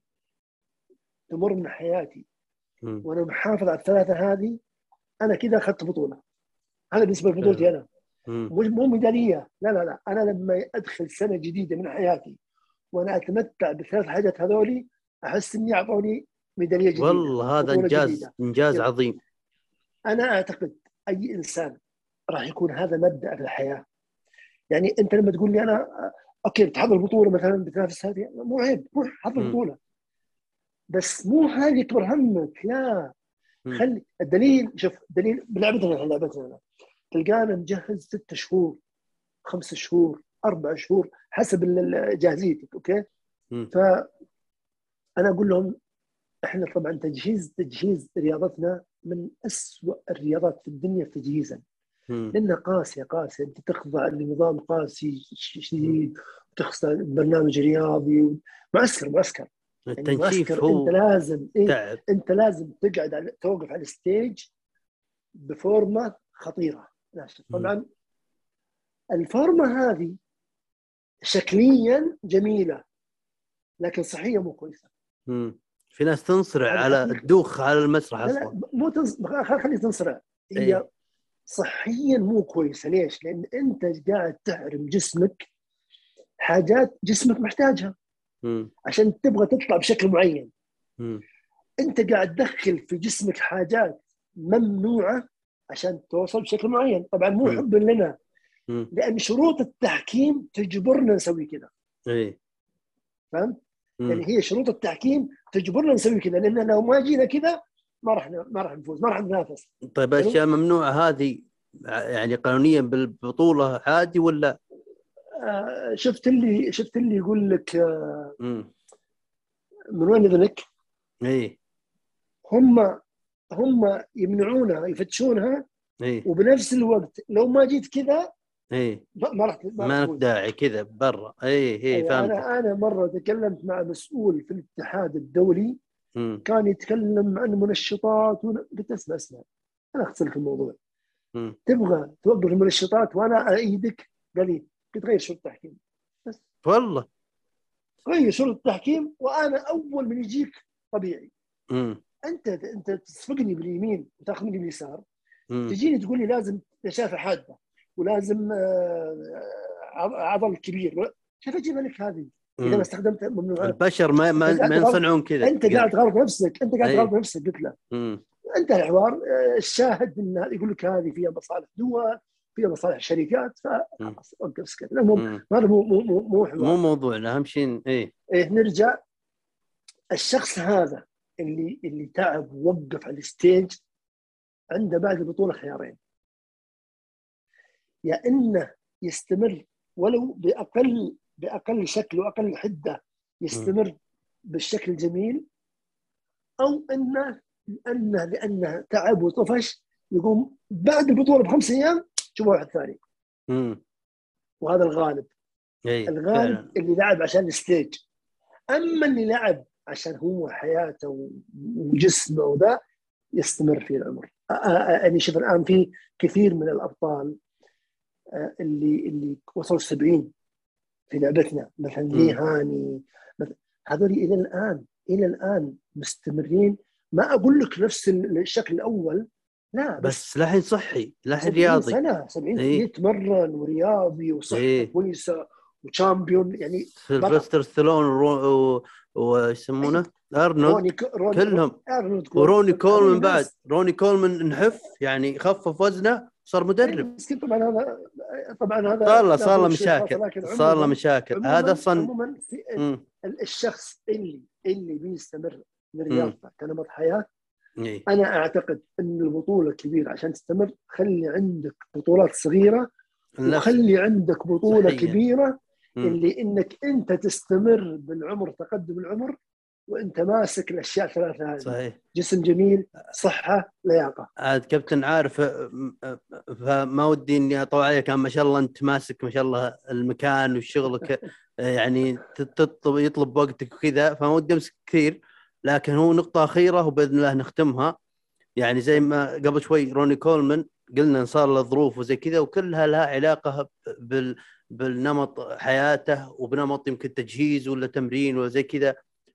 Speaker 6: تمر من حياتي
Speaker 1: مم.
Speaker 6: وانا محافظ على الثلاثه هذه، انا كذا اخذت بطوله. هذا بالنسبه لبطولتي انا،
Speaker 1: مم.
Speaker 6: مو ميداليه. لا لا لا، انا لما ادخل سنه جديده من حياتي وانا اتمتع بالثلاث حاجات هذولي، احس اني اعطوني ميداليه جديده،
Speaker 1: والله هذا
Speaker 6: بطوله
Speaker 1: انجاز،
Speaker 6: جديده.
Speaker 1: انجاز
Speaker 6: يلا.
Speaker 1: عظيم.
Speaker 6: انا اعتقد اي انسان راح يكون هذا مبدا في الحياه. يعني انت لما تقول لي انا اوكي بتحضر بطوله مثلا بتنافس هذه، مو عيب، روح حضر
Speaker 1: مم.
Speaker 6: بطوله، بس مو هذه اكبر همك. لا،
Speaker 1: مم.
Speaker 6: خلي الدليل. شوف الدليل بلعبتنا تلقانا نجهز 6 شهور، 5 شهور، 4 شهور، حسب جاهزيتك. اوكي.
Speaker 1: مم.
Speaker 6: فانا اقول لهم احنا طبعا تجهيز رياضتنا من أسوأ الرياضات في الدنيا تجهيزا،
Speaker 1: مم.
Speaker 6: لانها قاسيه قاسيه. انت تخضع لنظام قاسي شديد، وتخضع برنامج رياضي، معسكر. يعني
Speaker 1: التنشيف
Speaker 6: معسكر انت
Speaker 1: هو
Speaker 6: لازم
Speaker 1: تعب.
Speaker 6: انت لازم توقف على الستيج بفورمه خطيره.
Speaker 1: مم.
Speaker 6: طبعا الفورمه هذه شكليا جميله لكن صحيا مو كويسه.
Speaker 1: مم. في ناس تنصرع
Speaker 6: هذه
Speaker 1: على
Speaker 6: حقيقه.
Speaker 1: الدوخ على المسرح
Speaker 6: لا لا،
Speaker 1: اصلا.
Speaker 6: مو خلي تنصرع. هي
Speaker 1: ايه.
Speaker 6: صحيا مو كويسه. ليش؟ لان انت قاعد تحرم جسمك حاجات جسمك محتاجها
Speaker 1: مم.
Speaker 6: عشان تبغى تطلع بشكل معين.
Speaker 1: مم.
Speaker 6: انت قاعد تدخل في جسمك حاجات ممنوعه عشان توصل بشكل معين. طبعا مو
Speaker 1: مم.
Speaker 6: حبا لنا،
Speaker 1: مم.
Speaker 6: لان شروط التحكيم تجبرنا نسوي كذا.
Speaker 1: ايه.
Speaker 6: فهمت؟
Speaker 1: مم.
Speaker 6: يعني هي شروط التحكيم تجبرنا نسوي كذا، لان لو ما جينا كذا ما راح نفوز، ما راح ننافس.
Speaker 1: طيب
Speaker 6: حلو.
Speaker 1: الاشياء ممنوعه هذه يعني قانونيا بالبطوله عادي ولا؟
Speaker 6: شفت اللي يقول لك
Speaker 1: مم.
Speaker 6: من وين اذنك؟
Speaker 1: ايه.
Speaker 6: هم هم يمنعونها، يفتشونها،
Speaker 1: ايه.
Speaker 6: وبنفس الوقت لو ما جيت كذا
Speaker 1: ايه.
Speaker 6: ما راح
Speaker 1: ما لك
Speaker 6: تفوز.
Speaker 1: داعي كذا برا. ايه ايه
Speaker 6: أي
Speaker 1: فهمتك.
Speaker 6: انا مره تكلمت مع مسؤول في الاتحاد الدولي،
Speaker 1: مم.
Speaker 6: كان يتكلم عن منشطات قلت اسمع، انا اختصر في الموضوع.
Speaker 1: مم.
Speaker 6: تبغى توقف المنشطات وانا ايدك؟ قال لي قلت غير شروط التحكيم، بس
Speaker 1: والله.
Speaker 6: غير شروط التحكيم وانا اول من يجيك طبيعي.
Speaker 1: مم.
Speaker 6: انت تسبقني باليمين وتاخذني باليسار،
Speaker 1: مم.
Speaker 6: تجيني تقول لي لازم نشافه حاده ولازم عضل كبير. كيف اجيب لك هذه اذا ما
Speaker 1: مم.
Speaker 6: استخدمت ممنوعات؟
Speaker 1: البشر ما ينصنعون كذا.
Speaker 6: انت قاعد تغلط نفسك،
Speaker 1: ايه.
Speaker 6: قلت له
Speaker 1: مم.
Speaker 6: انت الحوار. الشاهد انه يقول لك هذه فيها مصالح دول، فيها مصالح شركات،
Speaker 1: مم.
Speaker 6: فخلاص وقف اسكت. المهم
Speaker 1: مم.
Speaker 6: هذا مو
Speaker 1: مو
Speaker 6: حوار.
Speaker 1: موضوعنا، اهم شيء ايه.
Speaker 6: نرجع. الشخص هذا اللي تعب ووقف على الستيج، عنده بعد البطوله خيارين: يا انه يستمر ولو باقل شكل واقل حده،
Speaker 1: مم.
Speaker 6: يستمر بالشكل الجميل، او لانه تعب وطفش يقوم بعد البطوله ب5 ايام شوف واحد ثاني.
Speaker 1: مم.
Speaker 6: وهذا الغالب.
Speaker 1: ايه
Speaker 6: الغالب
Speaker 1: فعلا.
Speaker 6: اللي لعب عشان الستيج. اما اللي لعب عشان هو حياته وجسمه وذا، يستمر في العمر. يعني شوف الان في كثير من الابطال اللي وصلوا 70 في لعبتنا، مثلا لي
Speaker 1: مم.
Speaker 6: هاني، هذول الى الان مستمرين. ما اقول لك نفس الشكل الاول، لا، بس
Speaker 1: بس لحين صحي، لحين
Speaker 6: 70
Speaker 1: رياضي.
Speaker 6: سنه 70
Speaker 1: ايه.
Speaker 6: يتمرن ورياضي وصحته
Speaker 1: ايه.
Speaker 6: كويسه وشامبيون، يعني بطل.
Speaker 1: سيلفستر ستالون ويسمونه ارنولد،
Speaker 6: روني
Speaker 1: كلهم.
Speaker 6: ارنولد
Speaker 1: وروني
Speaker 6: هذول
Speaker 1: كولمان بعد،
Speaker 6: ناس.
Speaker 1: روني كولمان انحف يعني، خفف وزنه صار مدرب.
Speaker 6: بس طبعا هذا
Speaker 1: صار له
Speaker 6: له شيء خاص،
Speaker 1: مشاكل،
Speaker 6: لكن
Speaker 1: صار له
Speaker 6: عموما
Speaker 1: مشاكل هذا
Speaker 6: عموما
Speaker 1: اصلا.
Speaker 6: عموما في
Speaker 1: امم.
Speaker 6: الشخص اللي بيستمر
Speaker 1: امم.
Speaker 6: لرياضته كنمط حياه.
Speaker 1: ايه.
Speaker 6: انا اعتقد ان البطوله كبيره عشان تستمر، خلي عندك بطولات صغيره
Speaker 1: لنفسك.
Speaker 6: وخلي عندك بطوله
Speaker 1: صحيا.
Speaker 6: كبيره،
Speaker 1: امم.
Speaker 6: اللي انك انت تستمر بالعمر، تقدم العمر، وانت ماسك الاشياء الثلاثه هذه:
Speaker 1: صحيح.
Speaker 6: جسم جميل، صحه، لياقه.
Speaker 1: عاد كابتن عارف، فما ودي اني اطول عليك، كان ما شاء الله انت ماسك ما شاء الله المكان وشغلك، يعني يطلب وقتك وكذا، فما ودي امسك كثير. لكن هو نقطة أخيرة وبإذن الله نختمها. يعني زي ما قبل شوي روني كولمان قلنا إن صار له ظروف وزي كذا، وكلها لها علاقة بالنمط حياته وبنمط يمكن تجهيز ولا تمرين ولا زي كذا.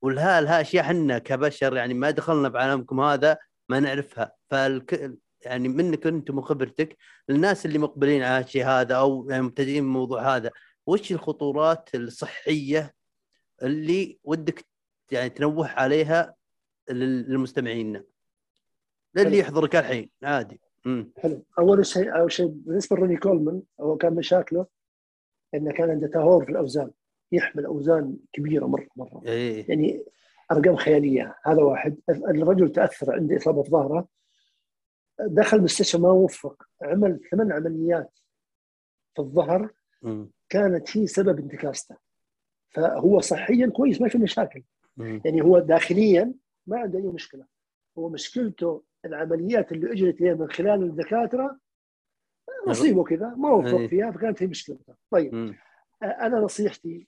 Speaker 1: والها اشياء احنا كبشر يعني ما دخلنا بعالمكم هذا ما نعرفها. يعني منك انت وخبرتك الناس اللي مقبلين على الشيء هذا او يعني مبتدئين بالموضوع هذا، وش الخطورات الصحية اللي ودك يعني تنوه عليها للمستمعين للي يحضرك الحين عادي؟
Speaker 6: حلو. اول شيء بالنسبه لروني كولمان، هو كان مشاكله انه كان عنده تهور في الاوزان، يحمل اوزان كبيره مره
Speaker 1: إيه.
Speaker 6: يعني ارقام خياليه. هذا واحد. الرجل تاثر، عنده اصابه في ظهره، دخل المستشفى ما وفق، عمل 8 عمليات في الظهر كانت هي سبب انتكاسته. فهو صحيا كويس، ما في مشاكل. يعني هو داخليا ما عنده اي مشكله، هو مشكلته العمليات اللي اجرت له من خلال الدكاتره، نصيبه كذا ما وفق فيها، فكانت هي مشكلته. طيب انا نصيحتي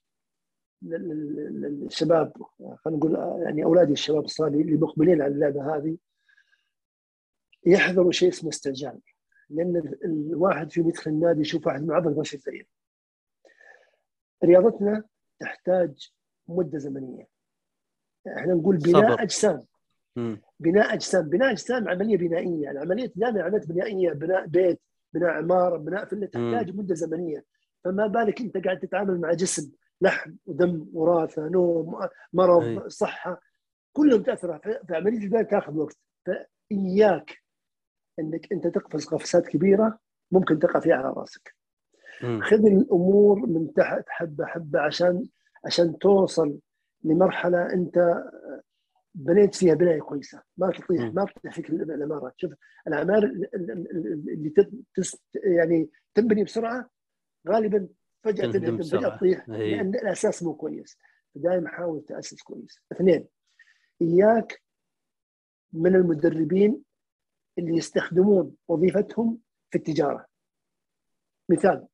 Speaker 6: للشباب، خلينا نقول يعني اولادي الشباب الصالحين اللي مقبلين على اللعبه هذه، يحذروا شيء اسمه استعجال. لان الواحد فيهم يدخل النادي يشوف واحد معضل ماشي زيه. رياضتنا تحتاج مده زمنيه. احنا نقول بناء اجسام. بناء اجسام عمليه بنائيه، يعني عمليه دائما عمليات بنائيه، بناء بيت، بناء عماره، بناء فيلا، تحتاج مده زمنيه. فما بالك انت قاعد تتعامل مع جسم لحم ودم وراثه، نوم، مرض، صحه، كلهم تاثر في عمليه البناء، تاخذ وقت. فاياك انك انت تقفز قفزات كبيره ممكن تقع فيها على راسك. خذ الامور من تحت حبه حبه عشان توصل لمرحله انت بنيت فيها بنايه كويسه، ما تطيح فيك العماره. شوف الاعمار اللي يعني تنبني بسرعه غالبا فجاه تنهدم، فجاه تطيح، لان الاساس مو كويس. فدائما حاول تاسس كويس. 2، اياك من المدربين اللي يستخدمون وظيفتهم في التجاره. مثال،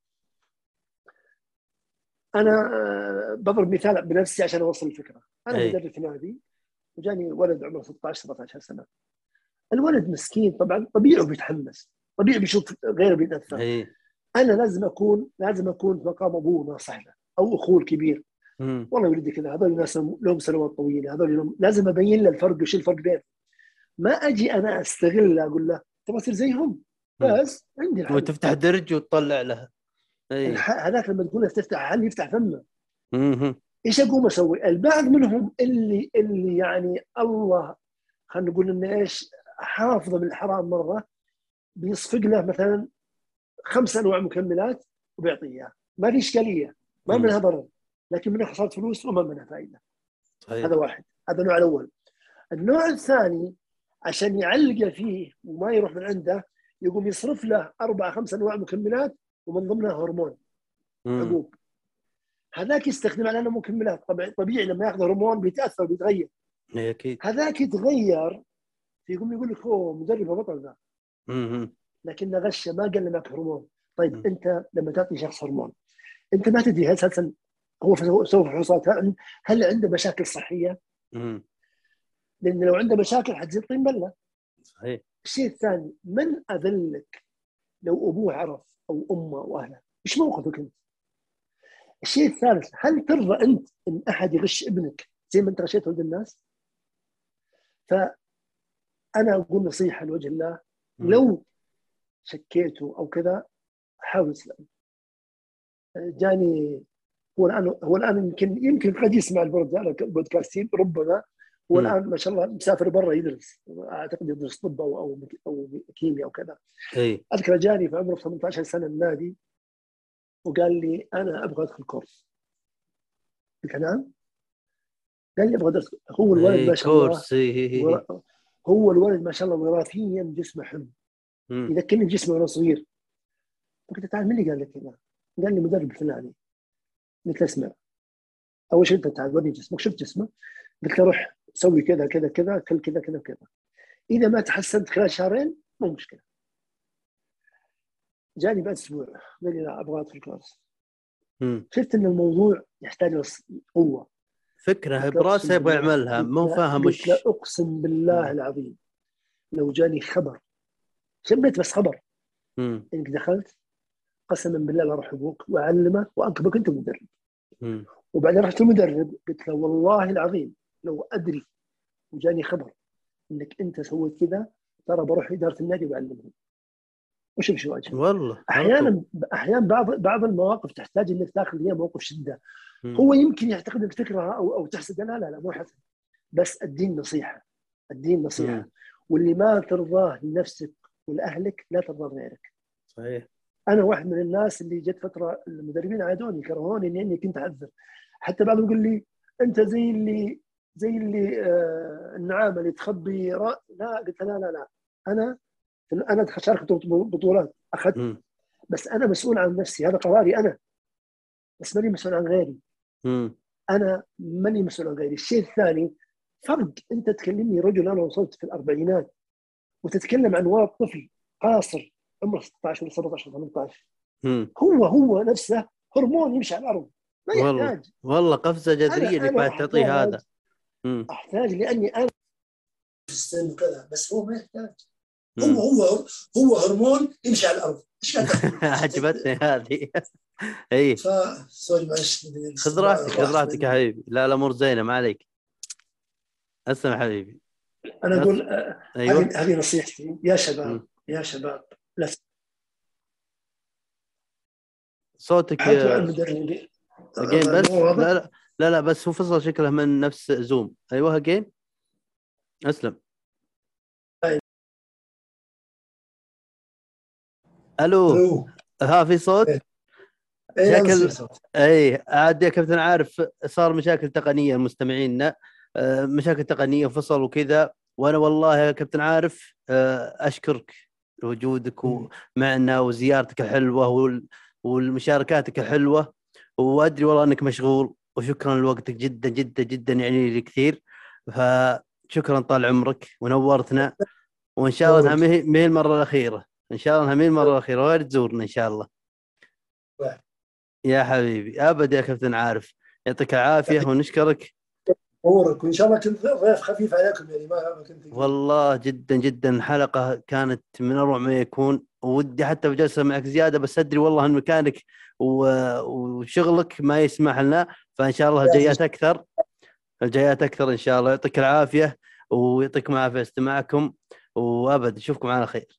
Speaker 6: انا بضرب مثال بنفسي عشان اوصل الفكره. انا مدرب في نادي، وجاني ولد عمره 16 17 سنه. الولد مسكين طبعا، طبيعي بيتحمس، طبيعي بيشوف غيره بيتاثر. انا لازم اكون في مقام ابوه ناصح له او اخوه الكبير. والله ولدي كذا، هذول الناس لهم سنوات طويله، هذول لازم ابين له الفرق وش الفرق بينهم. ما اجي انا استغل اقول له تبغى تصير زيهم، بس عندي الحل
Speaker 1: وتفتح درج وتطلع له.
Speaker 6: هذاك لما تقول له تفتح حل يفتح فمه. ايش اقوم اسوي؟ البعض منهم اللي يعني الله خلينا نقول انه ايش، حافظه من الحرام مره، بيصفق له مثلا 5 انواع مكملات وبيعطيه اياه، ما في اشكاليه، ما منها ضرر، لكن منها خساره فلوس وما منها فائده. هذا واحد، هذا النوع الاول. النوع الثاني عشان يعلقه فيه وما يروح من عنده، يقوم يصرف له 4 5 انواع مكملات ومن ضمنها هرمون حبوب. هذاك يستخدم على انه مكملات، طبيعي لما ياخذ هرمون بيتاثر بيتغير.
Speaker 1: اكيد.
Speaker 6: هذاك يتغير، يقوم يقول لك هو مدرب بطل ذا، لكنه غشه، ما قال لك هرمون. طيب انت لما تعطي شخص هرمون، انت ما تدري هل هو سوى فحوصات هل عنده مشاكل صحيه؟ لان لو عنده مشاكل حتزيد طين بله.
Speaker 1: صحيح.
Speaker 6: الشيء الثاني، من اذلك لو ابوه عرف او امه او اهله، ايش موقفك انت؟ الشيء الثالث، هل ترضى انت ان احد يغش ابنك زي ما انت غشيت ولد الناس؟ فانا اقول نصيحه لوجه الله، لو شكيته او كذا حاول تسلم. جاني هو الان يمكن قد يسمع البودكاستين ربما. هو الان ما شاء الله مسافر برا يدرس، اعتقد يدرس طب او كيمياء او كذا. اذكر جاني في عمره 18 سنه النادي وقال لي انا ابغى ادخل كورس. قلت نعم. قال لي ابغى ادرس. هو الولد ما شاء الله هو الولد ما شاء الله وراثيا جسمه حلو، يذكرني بجسمه وانا صغير. فقلت تعال من اللي قال لك كذا؟ قال لي مدرب فلاني. قلت له اسمع، اول شيء انت تعال وريني جسمك، شفت جسمه؟ قلت له روح سوي كذا كذا كذا، كل كذا كذا كذا، اذا ما تحسنت خلال شهرين مو مشكله. جاني بعد اسبوع قال لي لا ابغى ادخل كورس. شفت ان الموضوع يحتاج قوه،
Speaker 1: فكره براسه يبغى يعملها، مو فاهم
Speaker 6: وش. لا اقسم بالله العظيم لو جاني خبر، شميت بس خبر انك دخلت، قسما بالله لا اروح ابوك واعلمك وانكبك انت مدرب. وبعدين رحت المدرب قلت له والله العظيم لو ادري وجاني خبر انك انت سويت كذا، ترى بروح اداره النادي واعلمهم وش امشي واجههم.
Speaker 1: والله على طول.
Speaker 6: احيانا بعض المواقف تحتاج انك تاخذ فيها موقف شده.
Speaker 1: مم.
Speaker 6: هو يمكن يعتقد انك تكره او تحسد، لا لا لا مو حسد، بس الدين نصيحه، الدين نصيحه.
Speaker 1: مم.
Speaker 6: واللي ما ترضاه لنفسك ولاهلك لا ترضاه لغيرك.
Speaker 1: صحيح.
Speaker 6: انا واحد من الناس اللي جت فتره المدربين عادوني كرهوني لاني كنت اعذر. حتى بعضهم يقول لي انت زي اللي النعامه اللي تخبي لا، قلت لا لا لا، انا شاركت بطولات اخذت،
Speaker 1: مم.
Speaker 6: بس انا مسؤول عن نفسي، هذا قراري انا، بس ماني مسؤول عن غيري.
Speaker 1: مم.
Speaker 6: انا ماني مسؤول عن غيري. الشيء الثاني، فرق انت تكلمني رجل انا وصلت في الاربعينات وتتكلم عن ولد طفل قاصر عمره 16 ولا 17 ولا 18،
Speaker 1: مم.
Speaker 6: هو نفسه هرمون يمشي على الارض، ما
Speaker 1: والله
Speaker 6: يحتاج.
Speaker 1: والله قفزة جذرية انك
Speaker 6: انا
Speaker 1: بعد تعطيه هذا. مم.
Speaker 6: احتاج لاني انا في السن وكذا، بس هو ما يحتاج.
Speaker 1: مم.
Speaker 6: هو هرمون يمشي على الارض. ايش قاعد تقول؟
Speaker 1: عجبتني هذه. اي
Speaker 6: سوري معلش.
Speaker 1: خذ راحتك يا حبيبي. لا الامور زينه، ما عليك. اسمع حبيبي.
Speaker 6: انا اقول
Speaker 1: ايوه.
Speaker 6: هذه نصيحتي يا شباب.
Speaker 1: مم.
Speaker 6: يا شباب، لا
Speaker 1: صوتك
Speaker 6: تبحثوا عن مدربين.
Speaker 1: اجين بس.
Speaker 6: مو واضح؟
Speaker 1: لا بس هو فصل شكله من نفس زوم. ايوه اجين. اسلم. الو. ها في صوت. شكل اي عاد يا كابتن عارف، صار مشاكل تقنيه مستمعينا، مشاكل تقنيه فصل وكذا. وانا والله يا كابتن عارف اشكرك لوجودك معنا وزيارتك الحلوه والمشاركاتك الحلوه، وادري والله انك مشغول، وشكرا لوقتك جدا جدا جدا، يعني لي كثير. فشكرا طال عمرك ونورتنا، وان شاء الله انها مهي المره الاخيره، ان شاء الله انها مهي المره الاخيره، وغير تزورنا ان شاء الله يا حبيبي. ابد يا كابتن عارف، يعطيك العافيه ونشكرك.
Speaker 6: امورك، وان شاء الله كنت ضيف خفيف عليكم، يعني ما كنت
Speaker 1: والله جدا جدا الحلقه كانت من اروع ما يكون، ودي حتى بجلسه معك زياده، بس ادري والله ان مكانك وشغلك ما يسمح لنا، فان شاء الله الجايات اكثر ان شاء الله. يعطيك العافيه ويعطيكم العافيه استماعكم، وابد نشوفكم على خير.